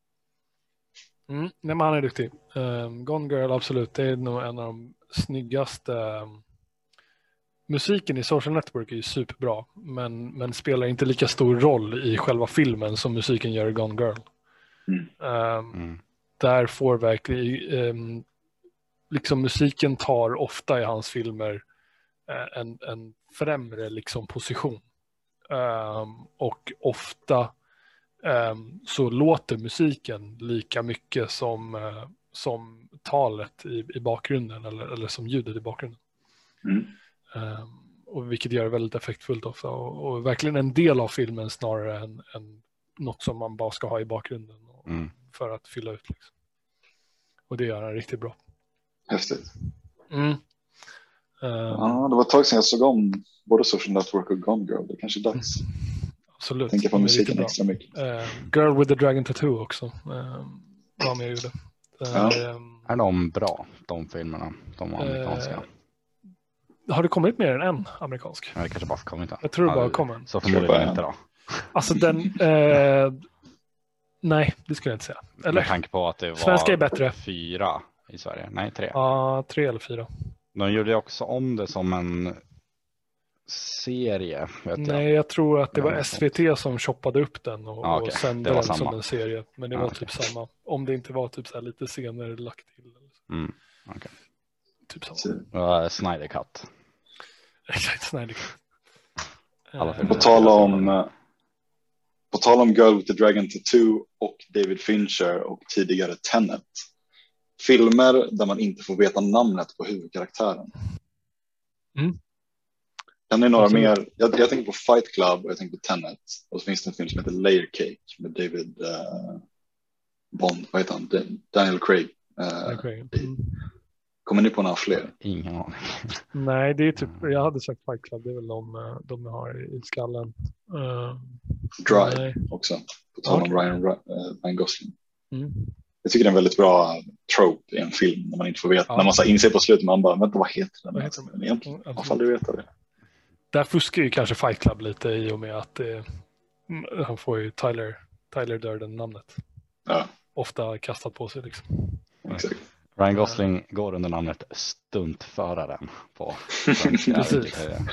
Mm, nej, men han är duktig. Um, Gone Girl, absolut. Det är nog en av de snyggaste. Um, musiken i Social Network är ju superbra. Men, men spelar inte lika stor roll i själva filmen som musiken gör i Gone Girl. Mm. Um, mm. Där får verkligen um, liksom musiken tar ofta i hans filmer uh, en, en främre liksom position. Um, och ofta Um, så låter musiken lika mycket som, uh, som talet i, i bakgrunden eller, eller som ljudet i bakgrunden. Mm. Um, och vilket gör det väldigt effektfullt också. Och, och verkligen en del av filmen snarare än, än något som man bara ska ha i bakgrunden och, mm. för att fylla ut. Liksom. Och det gör han riktigt bra. Häftigt. Mm. Um, ja, det var ett tag sedan jag såg om både Social Network och Gone Girl. Det är kanske dags. Absolut. Tänker på musiken extra mycket. Uh, Girl with the Dragon Tattoo också. Uh, vad med gjorde. Ja. Um, är de bra, de filmerna? De amerikanska? Uh, har det kommit mer än en amerikansk? Ja, det kanske bara kommit en. Jag tror det bara kom en. Så förmodligen inte då. Alltså den... Uh, nej, det skulle jag inte säga. Eller? Med tanke på att det var Svenska är bättre. fyra i Sverige. Nej, tre. Ja, uh, tre eller fyra. De gjorde också om det som en serie. Vet Nej, jag. jag tror att det var S V T som shoppade upp den och, ah, okay. och sände den samma. som en serie. Men det ah, var okay. typ samma. Om det inte var typ så här lite senare lagt till. Mm, okay. Typ samma. Uh, Snyder Cut. Exakt, Snyder Cut. Uh, på tal om på tal om Girl with the Dragon Tattoo och David Fincher och tidigare Tenet. Filmer där man inte får veta namnet på huvudkaraktären. Mm. Den är några mer. Jag, jag tänker på Fight Club och jag tänker på Tenet. Och så finns det en film som heter Layer Cake med David uh, Bond. Vad heter han? Daniel Craig. Uh, Craig. Mm. Kommer ni på några fler? Ingen aning. Nej, det är typ. Jag hade sagt Fight Club. Det är väl de, de jag har i skallen. Uh, Drive nej. också. På tal om okay. Ryan, uh, Ryan Gosling. Mm. Jag tycker det är en väldigt bra trope i en film när man inte får veta. Ja. När man så inser på slutet, man bara, vänta, vad heter den? Vad heter den? Egentligen, mm, varför du veta det? Där fuskar ju kanske Fight Club lite i och med att eh, han får ju Tyler, Tyler Durden namnet. Ja. Ofta kastat på sig liksom. Exakt. Ryan Gosling uh, går under namnet stuntföraren på Precis. uh,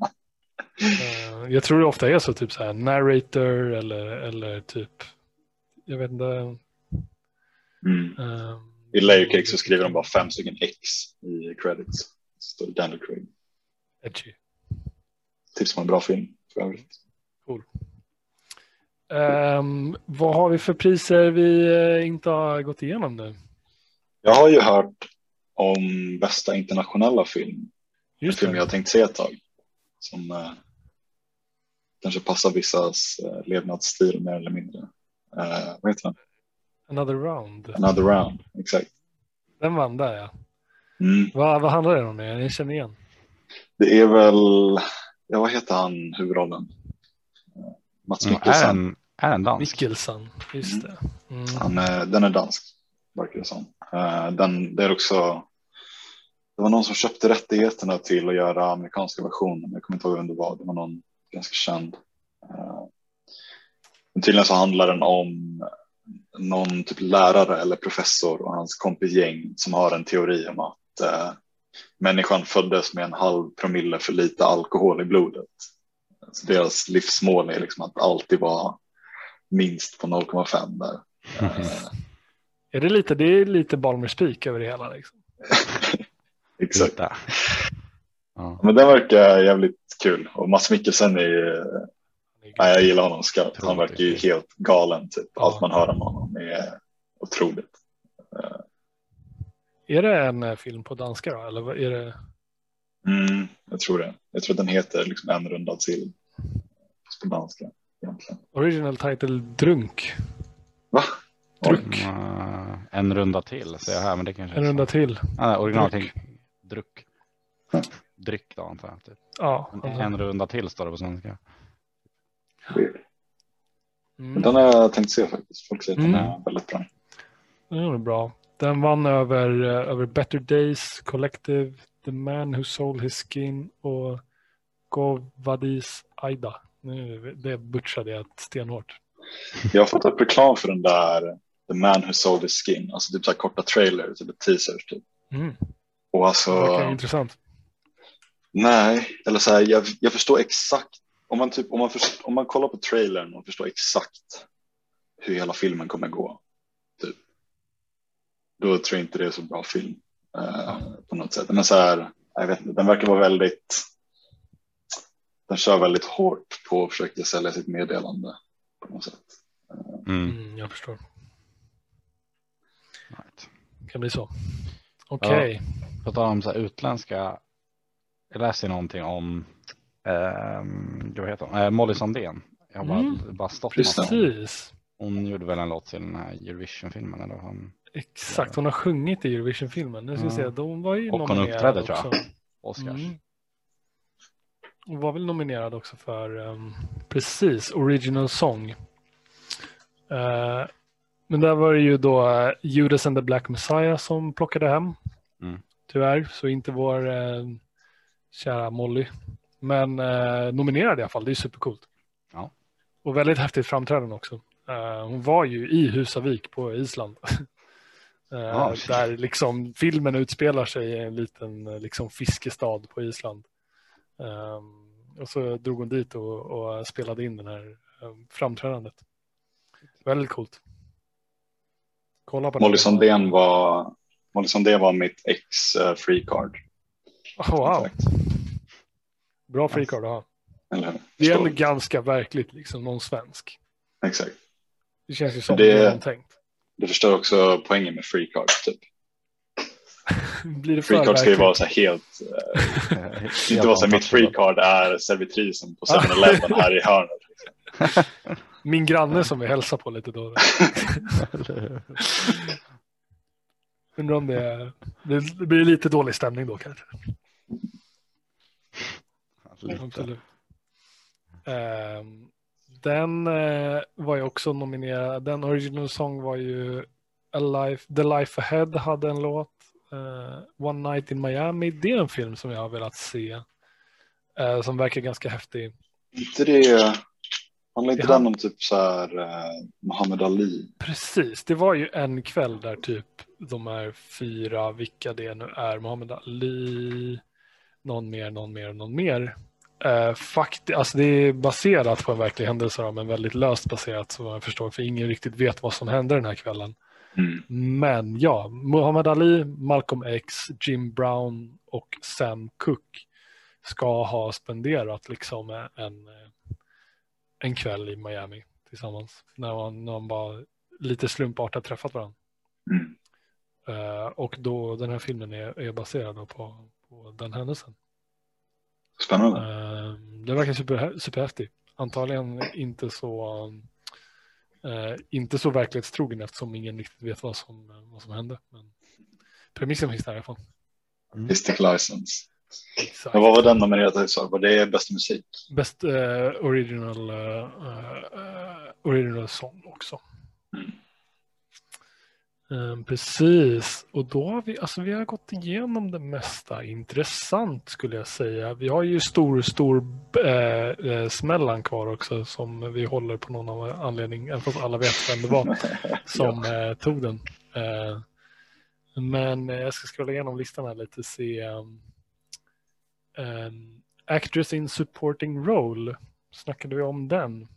jag tror det ofta är så typ så här narrator eller, eller typ jag vet inte. Mm. Um, I Layer Cake så skriver de bara fem stycken X i credits. Så står det Daniel Craig. Edgy. Tips på en bra film för övrigt. Cool. Um, vad har vi för priser vi uh, inte har gått igenom nu? Jag har ju hört om bästa internationella film. Just en film jag har tänkt se ett tag. Som uh, kanske passar vissas uh, levnadsstil mer eller mindre. Uh, vad heter den? Another Round. Another Round, exakt. Den vann där, ja. Mm. Vad, vad handlar det om? Jag känner igen. Det är väl, ja vad heter han huvudrollen? Mats Mikkelsen. Mm, är en dansk? Mikkelsen, just det. Mm. Han är, den är dansk, verkar det som. Uh, den, det är också, det var någon som köpte rättigheterna till att göra amerikanska versionen. Jag kommer inte ihåg vem det var. Det var någon ganska känd. Uh, men tydligen så handlar den om någon typ lärare eller professor och hans kompisgäng som har en teori om att uh, människan föddes med en halv promille för lite alkohol i blodet. Så deras livsmål är liksom att alltid vara minst på noll komma fem där. Mm. Uh, är det lite, det är lite Balmer Speak över det hela liksom. Exakt. Ja. Men den verkar jävligt kul. Och Mats Mikkelsen är ju, ja, jag gillar honom skarpt. Han verkar ju helt galen typ. Ja. Allt man hör om honom är otroligt. Uh. Är det en film på danska då? Eller är det? Mm, jag tror det. Jag tror att den heter liksom En runda till på danska egentligen. Original title Drunk. Va? Druck. Uh, en runda till så jag här, men det kanske en runda till. Ah, original till druck. Mm. Dryck då antar jag. Typ. Ja. En, en runda till står det på svenska. Mm. Den har jag tänkt se faktiskt. Folk säger att mm. den är väldigt bra. Den är bra. Den vann över, uh, över Better Days, Collective, The Man Who Sold His Skin och Govadis Aida. Nu, det butchade jag stenhårt. Jag har fått upp reklam för den där The Man Who Sold His Skin. Alltså typ så här korta trailers eller teasers typ. Mm. Och alltså... Det verkar intressant. Nej, eller så här, jag, jag förstår exakt. Om man, typ, om, man förstår, om man kollar på trailern och förstår exakt hur hela filmen kommer gå. Typ. Då tror jag inte det är så bra film. Uh, på något sätt. Men så här, jag vet inte, den verkar vara väldigt... Den kör väldigt hårt på att försöka sälja sitt meddelande. På något sätt. Mm. Mm, jag förstår. Right. Kan bli så. Okej. Okay. Ja, på tal om så här utländska jag läste någonting om um, vad heter hon? Uh, Molly Sandén. Jag har bara, Mm. bara stått Precis. Hon gjorde väl en låt till den här Eurovision-filmen eller han... Exakt, hon har sjungit i Eurovision-filmen. Nu ska vi Ja. se, de var ju Och hon nominerad uppträdde, också. tror jag. Oscars. Mm. Hon var väl nominerad också för um, precis, Original Song. Uh, men där var det ju då uh, Judas and the Black Messiah som plockade hem. Mm. Tyvärr, så inte vår uh, kära Molly. Men uh, nominerad i alla fall, det är supercoolt. Ja. Och väldigt häftigt framträdande också. Uh, hon var ju i Husavik på Island. uh, Ja. där liksom filmen utspelar sig i en liten uh, liksom fiskestad på Island. Um, och så drog hon dit och, och spelade in den här um, framträdandet. Väldigt coolt. Kolla på Molly Sandén var Molly Sandén var mitt ex uh, free card. Oh, wow. Bra free card att ha. Eller, det är ändå ganska verkligt liksom, någon svensk. Exakt. Det känns ju som det, det tänkt. Det förstör också poängen med free card typ. Blir det free card ska ju vara så här helt uh, inte vara så här, mitt free card är servitrisen på seven eleven här i hörnet. Liksom. Min granne som vi hälsar på lite då. Undrar om det, är, det blir lite dålig stämning då kanske. Absolut. Um, den uh, var ju också nominerad. Den original song var ju A Life, The Life Ahead hade en låt. Uh, One Night in Miami. Det är en film som jag har velat se. Uh, som verkar ganska häftig. Inte det... Handlar inte Ja. den om typ så här uh, Muhammad Ali? Precis, det var ju en kväll där typ de här fyra, vilka det nu är, Muhammad Ali, någon mer, någon mer, någon mer. Uh, fakt, alltså det är baserat på en verklig händelse då, men väldigt löst baserat så jag förstår, för ingen riktigt vet vad som hände den här kvällen. Mm. Men ja, Muhammad Ali, Malcolm X, Jim Brown och Sam Cooke ska ha spenderat liksom en, en kväll i Miami tillsammans. När man, när man bara lite slumpartat träffat varandra. Mm. Uh, och då den här filmen är, är baserad då på, på den händelsen. Spännande. Uh, det verkar super, superhäftig. Antagligen inte så uh, inte så verklighetstrogen eftersom ingen riktigt vet vad som, vad som hände. Men premissen finns där i alla fall. Mystic License. Exakt. Men vad var den nominerad till? Var det bästa musik? Best uh, original uh, uh, original song också. Mm. Um, precis, och då har vi, alltså vi har gått igenom det mesta intressant skulle jag säga. Vi har ju stor, stor äh, äh, smällan kvar också som vi håller på någon anledning, även fast alla vet vem det var som ja. äh, tog den. Äh, men äh, jag ska scrolla igenom listan här lite och se um, um, Actress in supporting role. Snackade vi om den?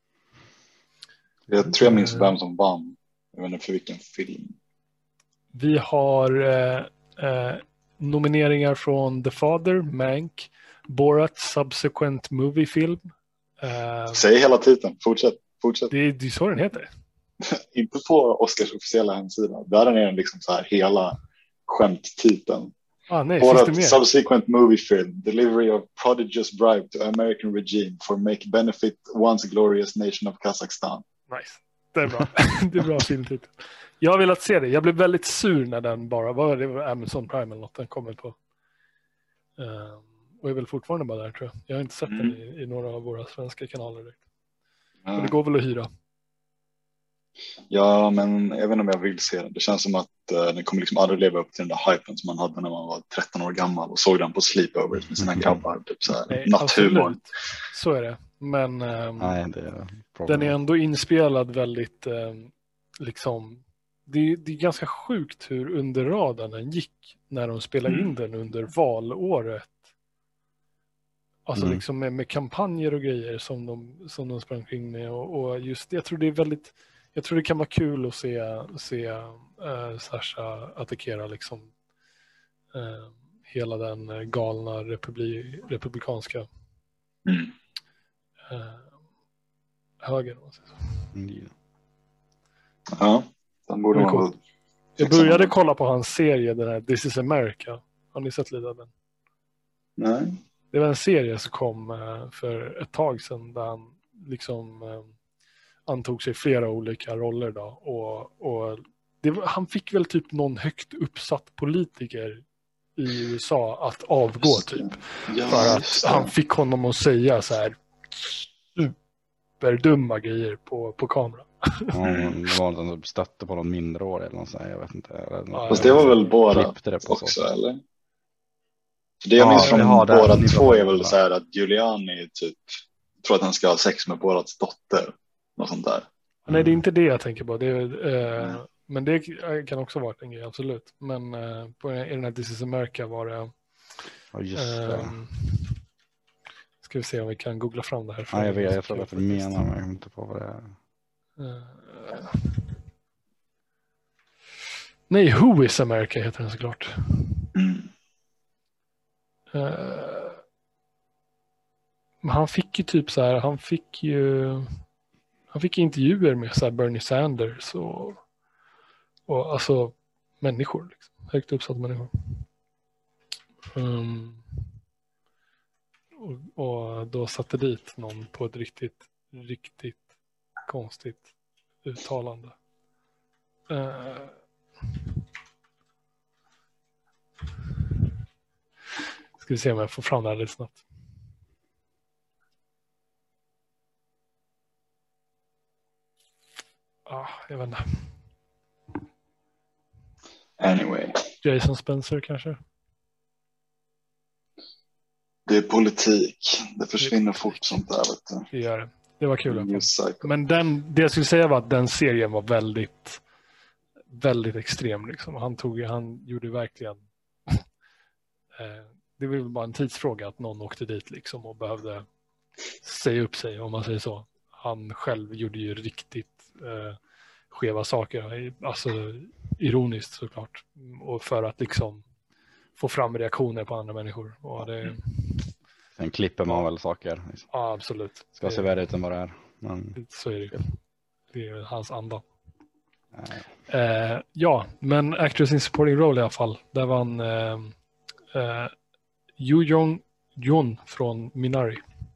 Jag tror jag minns vem som vann. Jag vet inte för vilken film. Vi har eh, eh, nomineringar från The Father, Mank, Borat Subsequent Movie Film. Eh, Säg hela titeln, fortsätt. fortsätt. det, det är så den heter. Inte på Oscars officiella hemsida. Där är den liksom så här hela skämttiteln. Ah, nej, Borat Subsequent Movie Film, Delivery of Prodigious Bribe to American Regime for Make Benefit Once Glorious Nation of Kazakhstan. Nice. Det är bra. Det är bra filmtitel. Jag har velat se det. Jag blev väldigt sur när den bara var det var Amazon Prime eller något den kommer på. Um, och är väl fortfarande bara där tror jag. Jag har inte sett mm. den i, i några av våra svenska kanaler direkt. Mm. Men det går väl att hyra. Ja, men jag vet inte om jag vill se den. Det känns som att uh, den kommer liksom aldrig leva upp till den där hypen som man hade när man var tretton år gammal och såg den på sleepovers med sina grabbar. Typ så här, natthumor. Så är det. Men um, Nej, det är den är ändå inspelad väldigt um, liksom det, det är ganska sjukt hur under radarn den gick när de spelade mm. in den under valåret. Alltså mm. liksom med, med kampanjer och grejer som de, som de sprang kring med och, och just jag tror det är väldigt jag tror det kan vara kul att se, se uh, Sasha attackera liksom uh, hela den galna republi, republikanska mm. uh, höger. Mm. Ja, den borde man cool. Jag började kolla på hans serie, den här This is America. Har ni sett lite av den? Nej. Det var en serie som kom uh, för ett tag sedan där han liksom uh, antog sig flera olika roller då. Och, och det var, han fick väl typ någon högt uppsatt politiker i U S A att avgå typ. Ja, för att han fick honom att säga så här superdumma grejer på, på kamera. Ja, det var någon som stötte på någon mindre år eller något sånt, jag vet inte. Eller, fast det var väl båda också, så. Eller? För det jag minns ja, från båda två är väl så här att Giuliani typ tror att han ska ha sex med Borats dotter. Något sånt där. Nej, det är inte det jag tänker på. Det är, eh, mm. Men det kan också vara en grej, absolut. Men eh, på, i den här This is America var det... Ja, just det. Eh, ska vi se om vi kan googla fram det här. Ja, jag vet, jag tror att du menar, men jag kommer inte på vad det är. Uh, nej, Who is America heter den såklart. Uh, men han fick ju typ så här, han fick ju han fick intervjuer med så här Bernie Sanders och, och alltså människor liksom, högt uppsatta människor. Um, och, och då satte dit någon på ett riktigt riktigt konstigt uttalande. Uh, ska vi se om jag får fram det här lite snabbt. Ah, jag vet inte. Anyway. Jason Spencer kanske? Det är politik. Det försvinner det fort sånt där. Vet du. Det gör det. Det var kul. Men den, det jag skulle säga var att den serien var väldigt väldigt extrem. Liksom. Han, tog, han gjorde verkligen eh, det var väl bara en tidsfråga att någon åkte dit liksom, och behövde säga upp sig, om man säger så. Han själv gjorde ju riktigt eh, skeva saker. Alltså ironiskt såklart. Och för att liksom få fram reaktioner på andra människor. Och det... Sen klipper man väl saker. Liksom. Ja, absolut. Ska se värre ut än vad det är. Men... Så är det ju. Det är hans anda. Eh, ja, men Actress in Supporting Role i alla fall. Där vann eh, eh, Yoo Jong-Jun från Minari.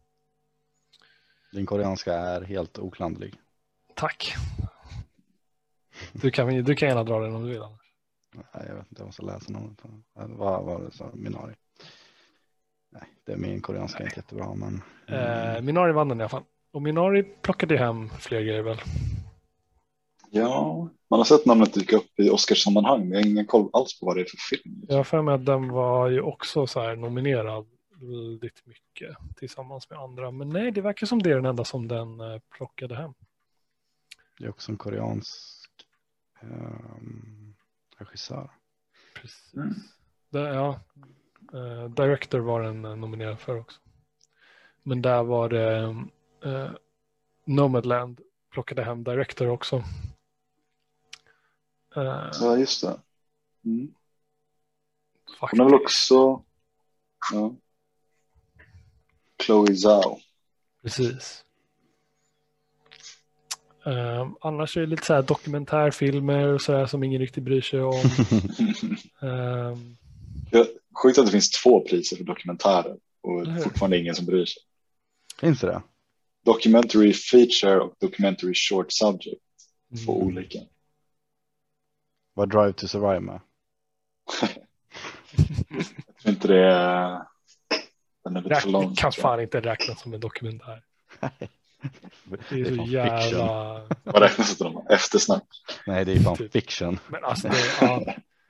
Din koreanska är helt oklandlig. Tack. Du kan, du kan gärna dra den om du vill. Nej, jag vet inte, jag måste läsa något. Vad var det så? Minari. Nej, det är min koreanska inte jättebra, men... Eh, Minari vann den i alla fall. Och Minari plockade hem fler grejer väl? Ja, man har sett namnet dyka upp i Oscarssammanhang. Jag har ingen koll alls på vad det är för film. Jag har för mig att den var ju också så här nominerad väldigt mycket tillsammans med andra. Men nej, det verkar som det är den enda som den eh, plockade hem. Det är också en koreansk um, regissör. Precis. Mm. Det, ja, uh, Director var den uh, nominerad för också. Men där var det uh, Nomadland plockade hem Director också. Uh, ja, just det. Mm. Hon är väl också ja. Chloe Zhao. Precis. Um, annars är det lite så här dokumentärfilmer och så här som ingen riktigt bryr sig om. um, ja, sjukt att det finns två priser för dokumentärer och uh, fortfarande ingen som bryr sig. Finns det? Documentary feature och documentary short subject. Två mm. olika. Vad Drive to Survive med? Jag tror inte det är... Den är lite för lång. Det kan fan inte räknas som en dokumentär. Det är så jävla... Vad räknas det som? Eftersnack? Nej, det är fan fiction. Men alltså det är... Ja.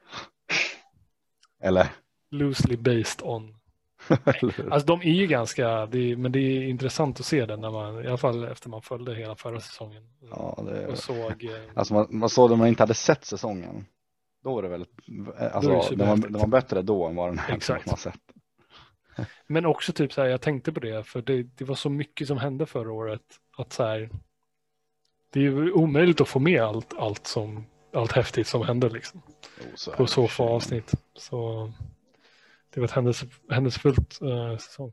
Eller? Loosely based on. Alltså de är ju ganska... Det är, men det är intressant att se den när man... I alla fall efter man följde hela förra säsongen. Ja, det är... Och såg... Alltså man, man såg det man inte hade sett säsongen. Då var det väl... Alltså det, det, var, det var bättre då än vad den här som man har sett. Men också typ så här, jag tänkte på det för det, det var så mycket som hände förra året att så här, det är ju omöjligt att få med allt, allt, som, allt häftigt som hände liksom. Oh, så på så få avsnitt. Så det var ett händelse, händelsefullt uh, säsong.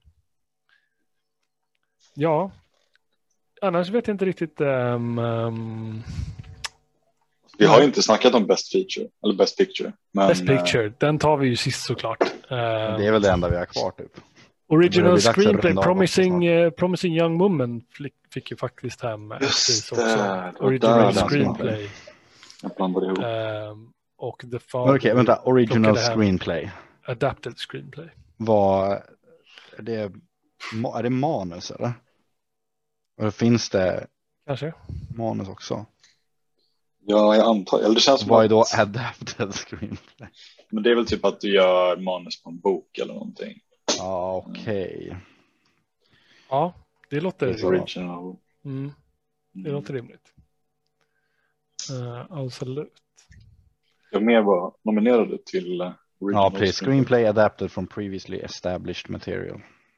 Ja, annars vet jag inte riktigt. Um, um, vi har ju inte snackat om best feature eller best picture. Men, best picture, uh, den tar vi ju sist såklart. Uh, det är väl det enda vi har kvar typ. Original screenplay, Promising, uh, Promising Young Woman fick, fick ju faktiskt hem Just också. det, Original där, screenplay. Jag blandade ihop. Um, och The Father. Okej, vänta. Original screenplay. Adapted screenplay. Vad är det? Är det manus eller? Eller finns det kanske manus också? Ja, jag antar. Eller det känns som vad är då att... adapted screenplay? Men det är väl typ att du gör manus på en bok eller någonting. Ja, okej. Okay. Ja, det låter det original. Mm. Det mm. låter rimligt. Uh, absolut. Jag mer var nominerade till uh, ja, play screenplay adapted from previously established material.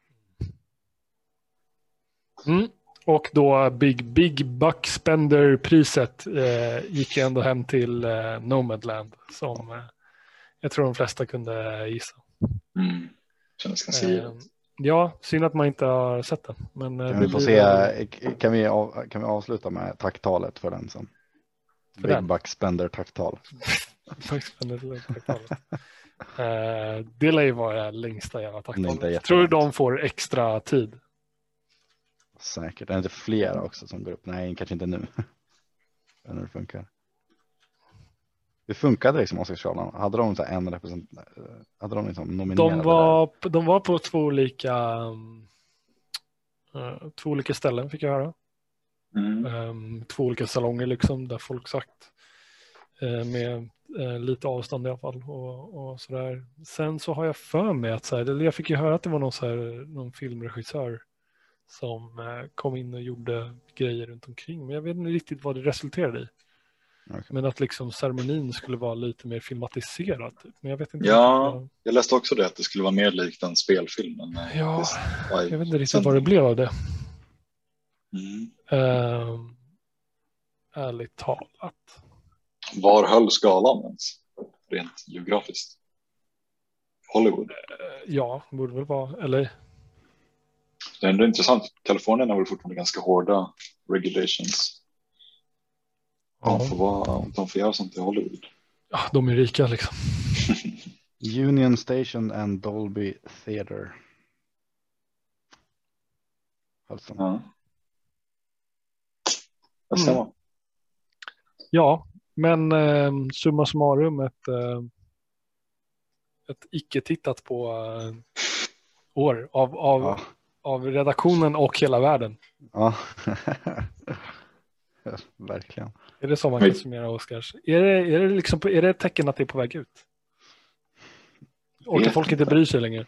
Mm. Och då Big Big Buck Spender priset eh, gick ändå hem till eh, Nomadland som eh, jag tror de flesta kunde gissa. Mm. Känns ganska givet. Eh, ja, synd att man inte har sett den. Men, kan, vi få se, kan, vi av, kan vi avsluta med tacktalet för den sen? För Big den? Buck Spender tacktal. eh, det lär ju vara längsta jävla tacktalet. Tror du de får extra tid? Säkert. Är det inte flera också som går upp? Nej, kanske inte nu. När det funkar. Hur funkade liksom Oscarsgalan? Hade de så en representant? Hade de liksom nominerade? De var, de var på två olika uh, två olika ställen fick jag höra. Mm. Um, två olika salonger liksom där folk sagt uh, med uh, lite avstånd i alla fall och, och sådär. Sen så har jag för mig att så här, jag fick ju höra att det var någon, så här, någon filmregissör som eh, kom in och gjorde grejer runt omkring. Men jag vet inte riktigt vad det resulterade i. Okay. Men att liksom ceremonin skulle vara lite mer filmatiserad. Typ. Men jag vet inte. Ja, vad... jag läste också det att det skulle vara mer likt en spelfilm. Än ja, det, jag vet inte riktigt sen... vad det blev av det. Mm. Uh, ärligt talat. Var höll skalan ens? Rent geografiskt? Hollywood? Uh, ja, borde väl vara. Eller... Det är ändå intressant. Kalifornien har väl fortfarande ganska hårda regulations. De får, vara, de får göra sånt i Hollywood. Ja, de är rika liksom. Union Station and Dolby Theater. Alltså. Ja. Mm. Ja, men eh, summa summarum ett, eh, ett icke tittat på eh, år av, av ja. Av redaktionen och hela världen. Ja, verkligen. Är det så man kan summera Oscars? Är det, är, det liksom, är det ett tecken att det är på väg ut? Och att folk inte bryr sig längre?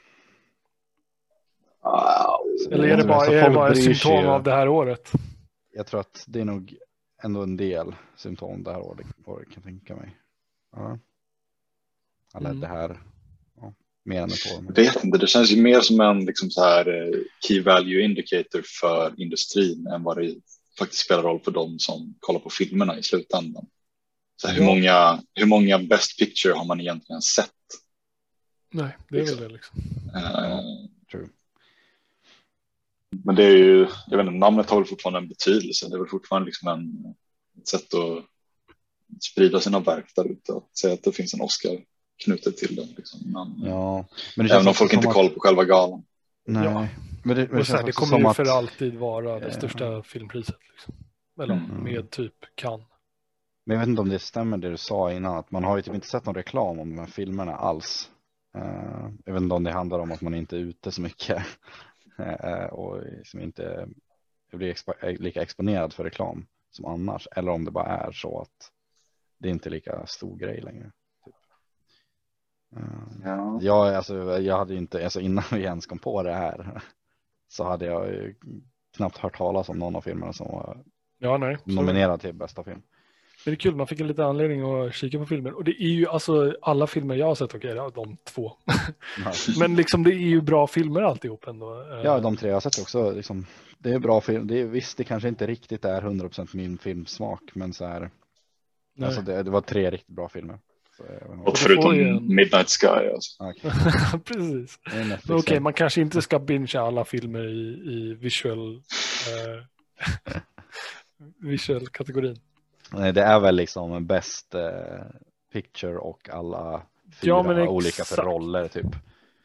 Eller är det bara, är det bara ett symptom ju. Av det här året? Jag tror att det är nog ändå en del symptom det här året, kan jag tänka mig. Ja. Eller mm. det här... Mer än ett år. Jag vet inte, det känns ju mer som en liksom så här key value indicator för industrin än vad det faktiskt spelar roll för dem som kollar på filmerna i slutändan. Så hur, ja. många, hur många best picture har man egentligen sett? Nej, det är liksom. väl det liksom. Uh, True. Men det är ju, jag vet inte, namnet har väl fortfarande en betydelse. Det är väl fortfarande liksom en, ett sätt att sprida sina verk där ute. Att säga att det finns en Oscar knutet till den liksom. Men, ja, men det även om folk inte kollar på själva galan. Nej, ja. men det, men det, och sen, det kommer ju att... för alltid vara det största ja. filmpriset liksom. Eller Mm. med typ Cannes. Men jag vet inte om det stämmer det du sa innan, att man har ju typ inte sett någon reklam om de här filmerna alls. Uh, jag vet inte om det handlar om att man inte är ute så mycket uh, och som inte blir expo- lika exponerad för reklam som annars, eller om det bara är så att det inte är lika stor grej längre. Typ. Uh, ja. jag, alltså, jag hade inte, alltså innan vi ens kom på det här så hade jag ju knappt hört talas om någon av filmerna som var ja, nej, nominerad till bästa film. Det är kul, man fick en lite anledning att kika på filmer. Och det är ju alltså alla filmer jag har sett, okej, okay, de två. Ja. Men liksom det är ju bra filmer alltihop ändå. Ja, de tre jag har sett också. Liksom, det är bra film. Det är, visst, det kanske inte riktigt är hundra procent min filmsmak. Men så här, alltså det, det var tre riktigt bra filmer. Så, och förutom en... Midnight Sky. Alltså. Okay. Precis. Okej, okay, man kanske inte ska bingea alla filmer i, i visual, eh, visual kategorin. Nej, det är väl liksom bäst eh, picture och alla fyra ja, olika för roller typ.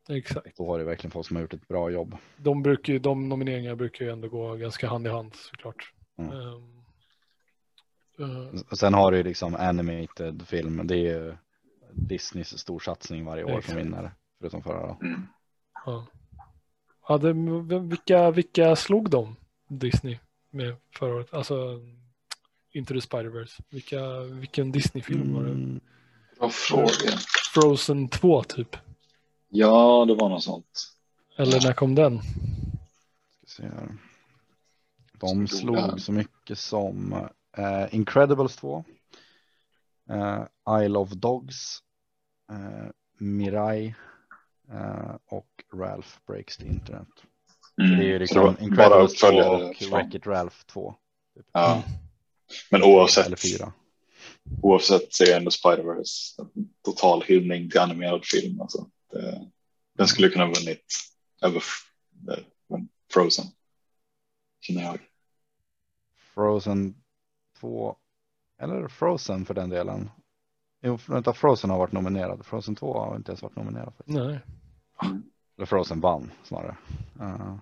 Exakt. Då har det verkligen folk som har gjort ett bra jobb. De, brukar ju, de nomineringarna brukar ju ändå gå ganska hand i hand såklart. Mm. Um, uh, Och sen har du ju liksom animated film. Det är ju Disneys storsatsning varje år Exakt. som vinner. Förutom förra då. Mm. ja. Ja, det, vilka, vilka slog de Disney med förra året? Alltså Into the Spider-Verse. Vilka, vilken Disney-film var det? Mm. Vad frågan? Frozen två typ. Ja, det var något sånt. Eller när kom den? Ska se här. De slog så mycket som uh, Incredibles två. Uh, Isle of Dogs. Uh, Mirai. Uh, och Ralph Breaks the Internet. Mm. Det är ju Så det liksom var Incredibles två uppföljare och från- Wreck-It Ralph två. Typ. Ja. Men oavsett, Eller fyra. oavsett så är ändå Spider-Verse en total hyllning till animerad film. Alltså. Det, den skulle kunna ha vunnit över F- Frozen. Känner jag. Frozen två. Eller Frozen för den delen. Jo, vänta, Frozen har varit nominerad. Frozen två har inte ens varit nominerad. Nej. Eller Frozen vann snarare. Uh,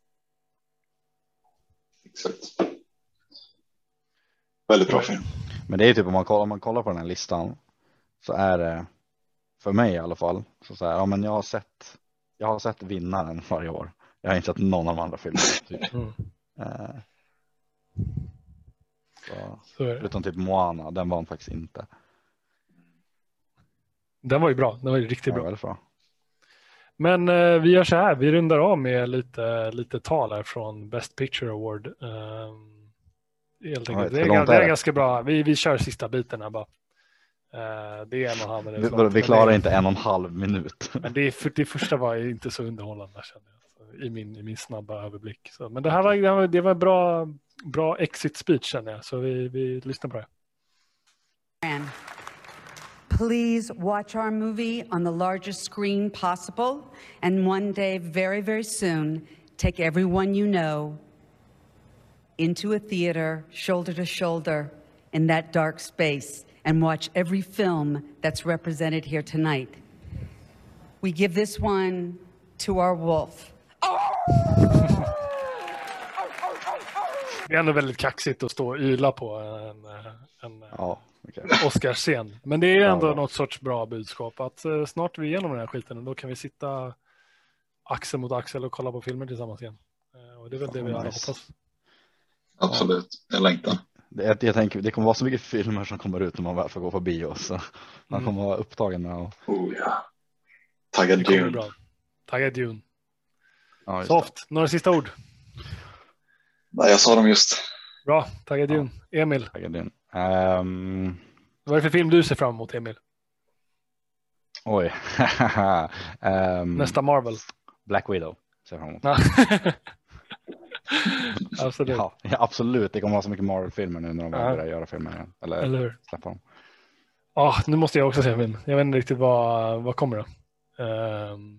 Exakt. Väldigt bra film. men det är typ om man kollar, om man kollar på den här listan. Så är det, för mig i alla fall. Så, så här, ja men jag har sett. Jag har sett vinnaren varje år. Jag har inte sett någon av de andra filmerna. Typ. Mm. Uh, så, Så är det. förutom typ Moana. Den vann faktiskt inte. Den var ju bra. Den var ju riktigt Det bra. var väldigt bra. Men eh, vi gör så här. Vi rundar av med lite, lite tal här från Best Picture Award. Um, helt Ja, enkelt. hur Det är, långt det är är det? ganska bra. Vi, vi kör sista biten här bara. Uh, det är en och en halv minut Vi, långt, vi men klarar det, inte en och en halv minut. Men det, är för, det första var ju inte så underhållande kände jag. Så, i, min, I min snabba överblick. Så, men det här var, det var, det var en bra, bra exit speech känner jag. Så vi, vi lyssnar på det. And please watch our movie on the largest screen possible. And one day, very, very soon, take everyone you know into a theater, shoulder to shoulder, in that dark space, and watch every film that's represented here tonight. We give this one to our wolf. Det är ändå väldigt kaxigt att stå och yla på en, en Ja, okej. Oscarsscen. Men det är ändå Ja. något sorts bra budskap. Att eh, snart är vi igenom den här skiten och då kan vi sitta axel mot axel och kolla på filmer tillsammans igen. Eh, och det är väl det vi alla nice. hoppas. Absolut. Jag längtar. Det, jag tänker, det kommer vara så mycket filmer som kommer ut när man väl får gå på bio. Så man Mm. kommer vara upptagen med att... Oh ja. Taggad Det kommer Dune. bra. Taggad Dune. Ja, just Soft, några sista ord. Nej, jag sa dem just. Bra, taggad Dune. Emil, det. Taggad in. Ehm, vad är det för film du ser fram emot, Emil? oj. Ehm, Nästa Marvel. Black Widow. Ser jag fram emot. Ja. Absolut. Ja, ja, absolut. Det kommer vara så mycket Marvel-filmer nu när de Ja. börjar göra filmer igen. Eller, Eller hur? släppa dem. Ja, nu måste jag också se en film. Jag vet inte riktigt vad, vad kommer då. Ehm,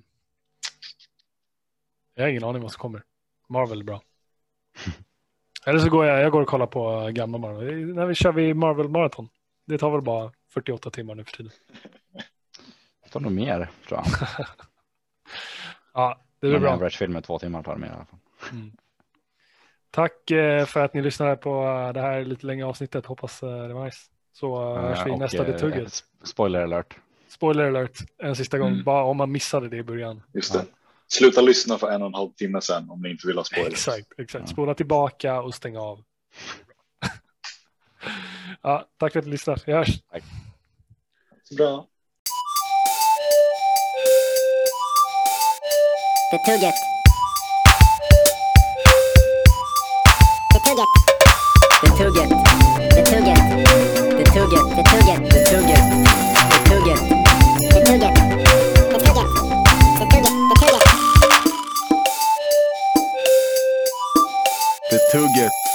jag har ingen aning vad som kommer. Marvel är bra. Eller så går jag, jag går och kollar på gamla Marvel. När vi kör vi Marvel Marathon. Det tar väl bara fyrtioåtta timmar nu för tiden. Det tar nog mer, tror jag. Ja, det blir En bra. average-film med två timmar tar det mer i alla fall. Mm. Tack eh, för att ni lyssnade på eh, det här lite längre avsnittet. Hoppas eh, det var nice. Så eh, hörs vi i Och, nästa eh, Det Tugget. s- Spoiler alert. Spoiler alert en sista gång. Mm. Bara om man missade det i början. Just det. Sluta lyssna för en och en halv timme sen om ni inte vill ha spoilers. Exakt, exakt. Ja. Spola tillbaka och stänga av. Ja, tack för att ni lyssnar. Vi hörs. Bra. Det tugget. Det tugget. Det tugget. Det tugget. Det tugget. Det tugget. Det tugget. Det tugget. Det tugget. Det tugget. Det tugget. Det tugget. Det tugget.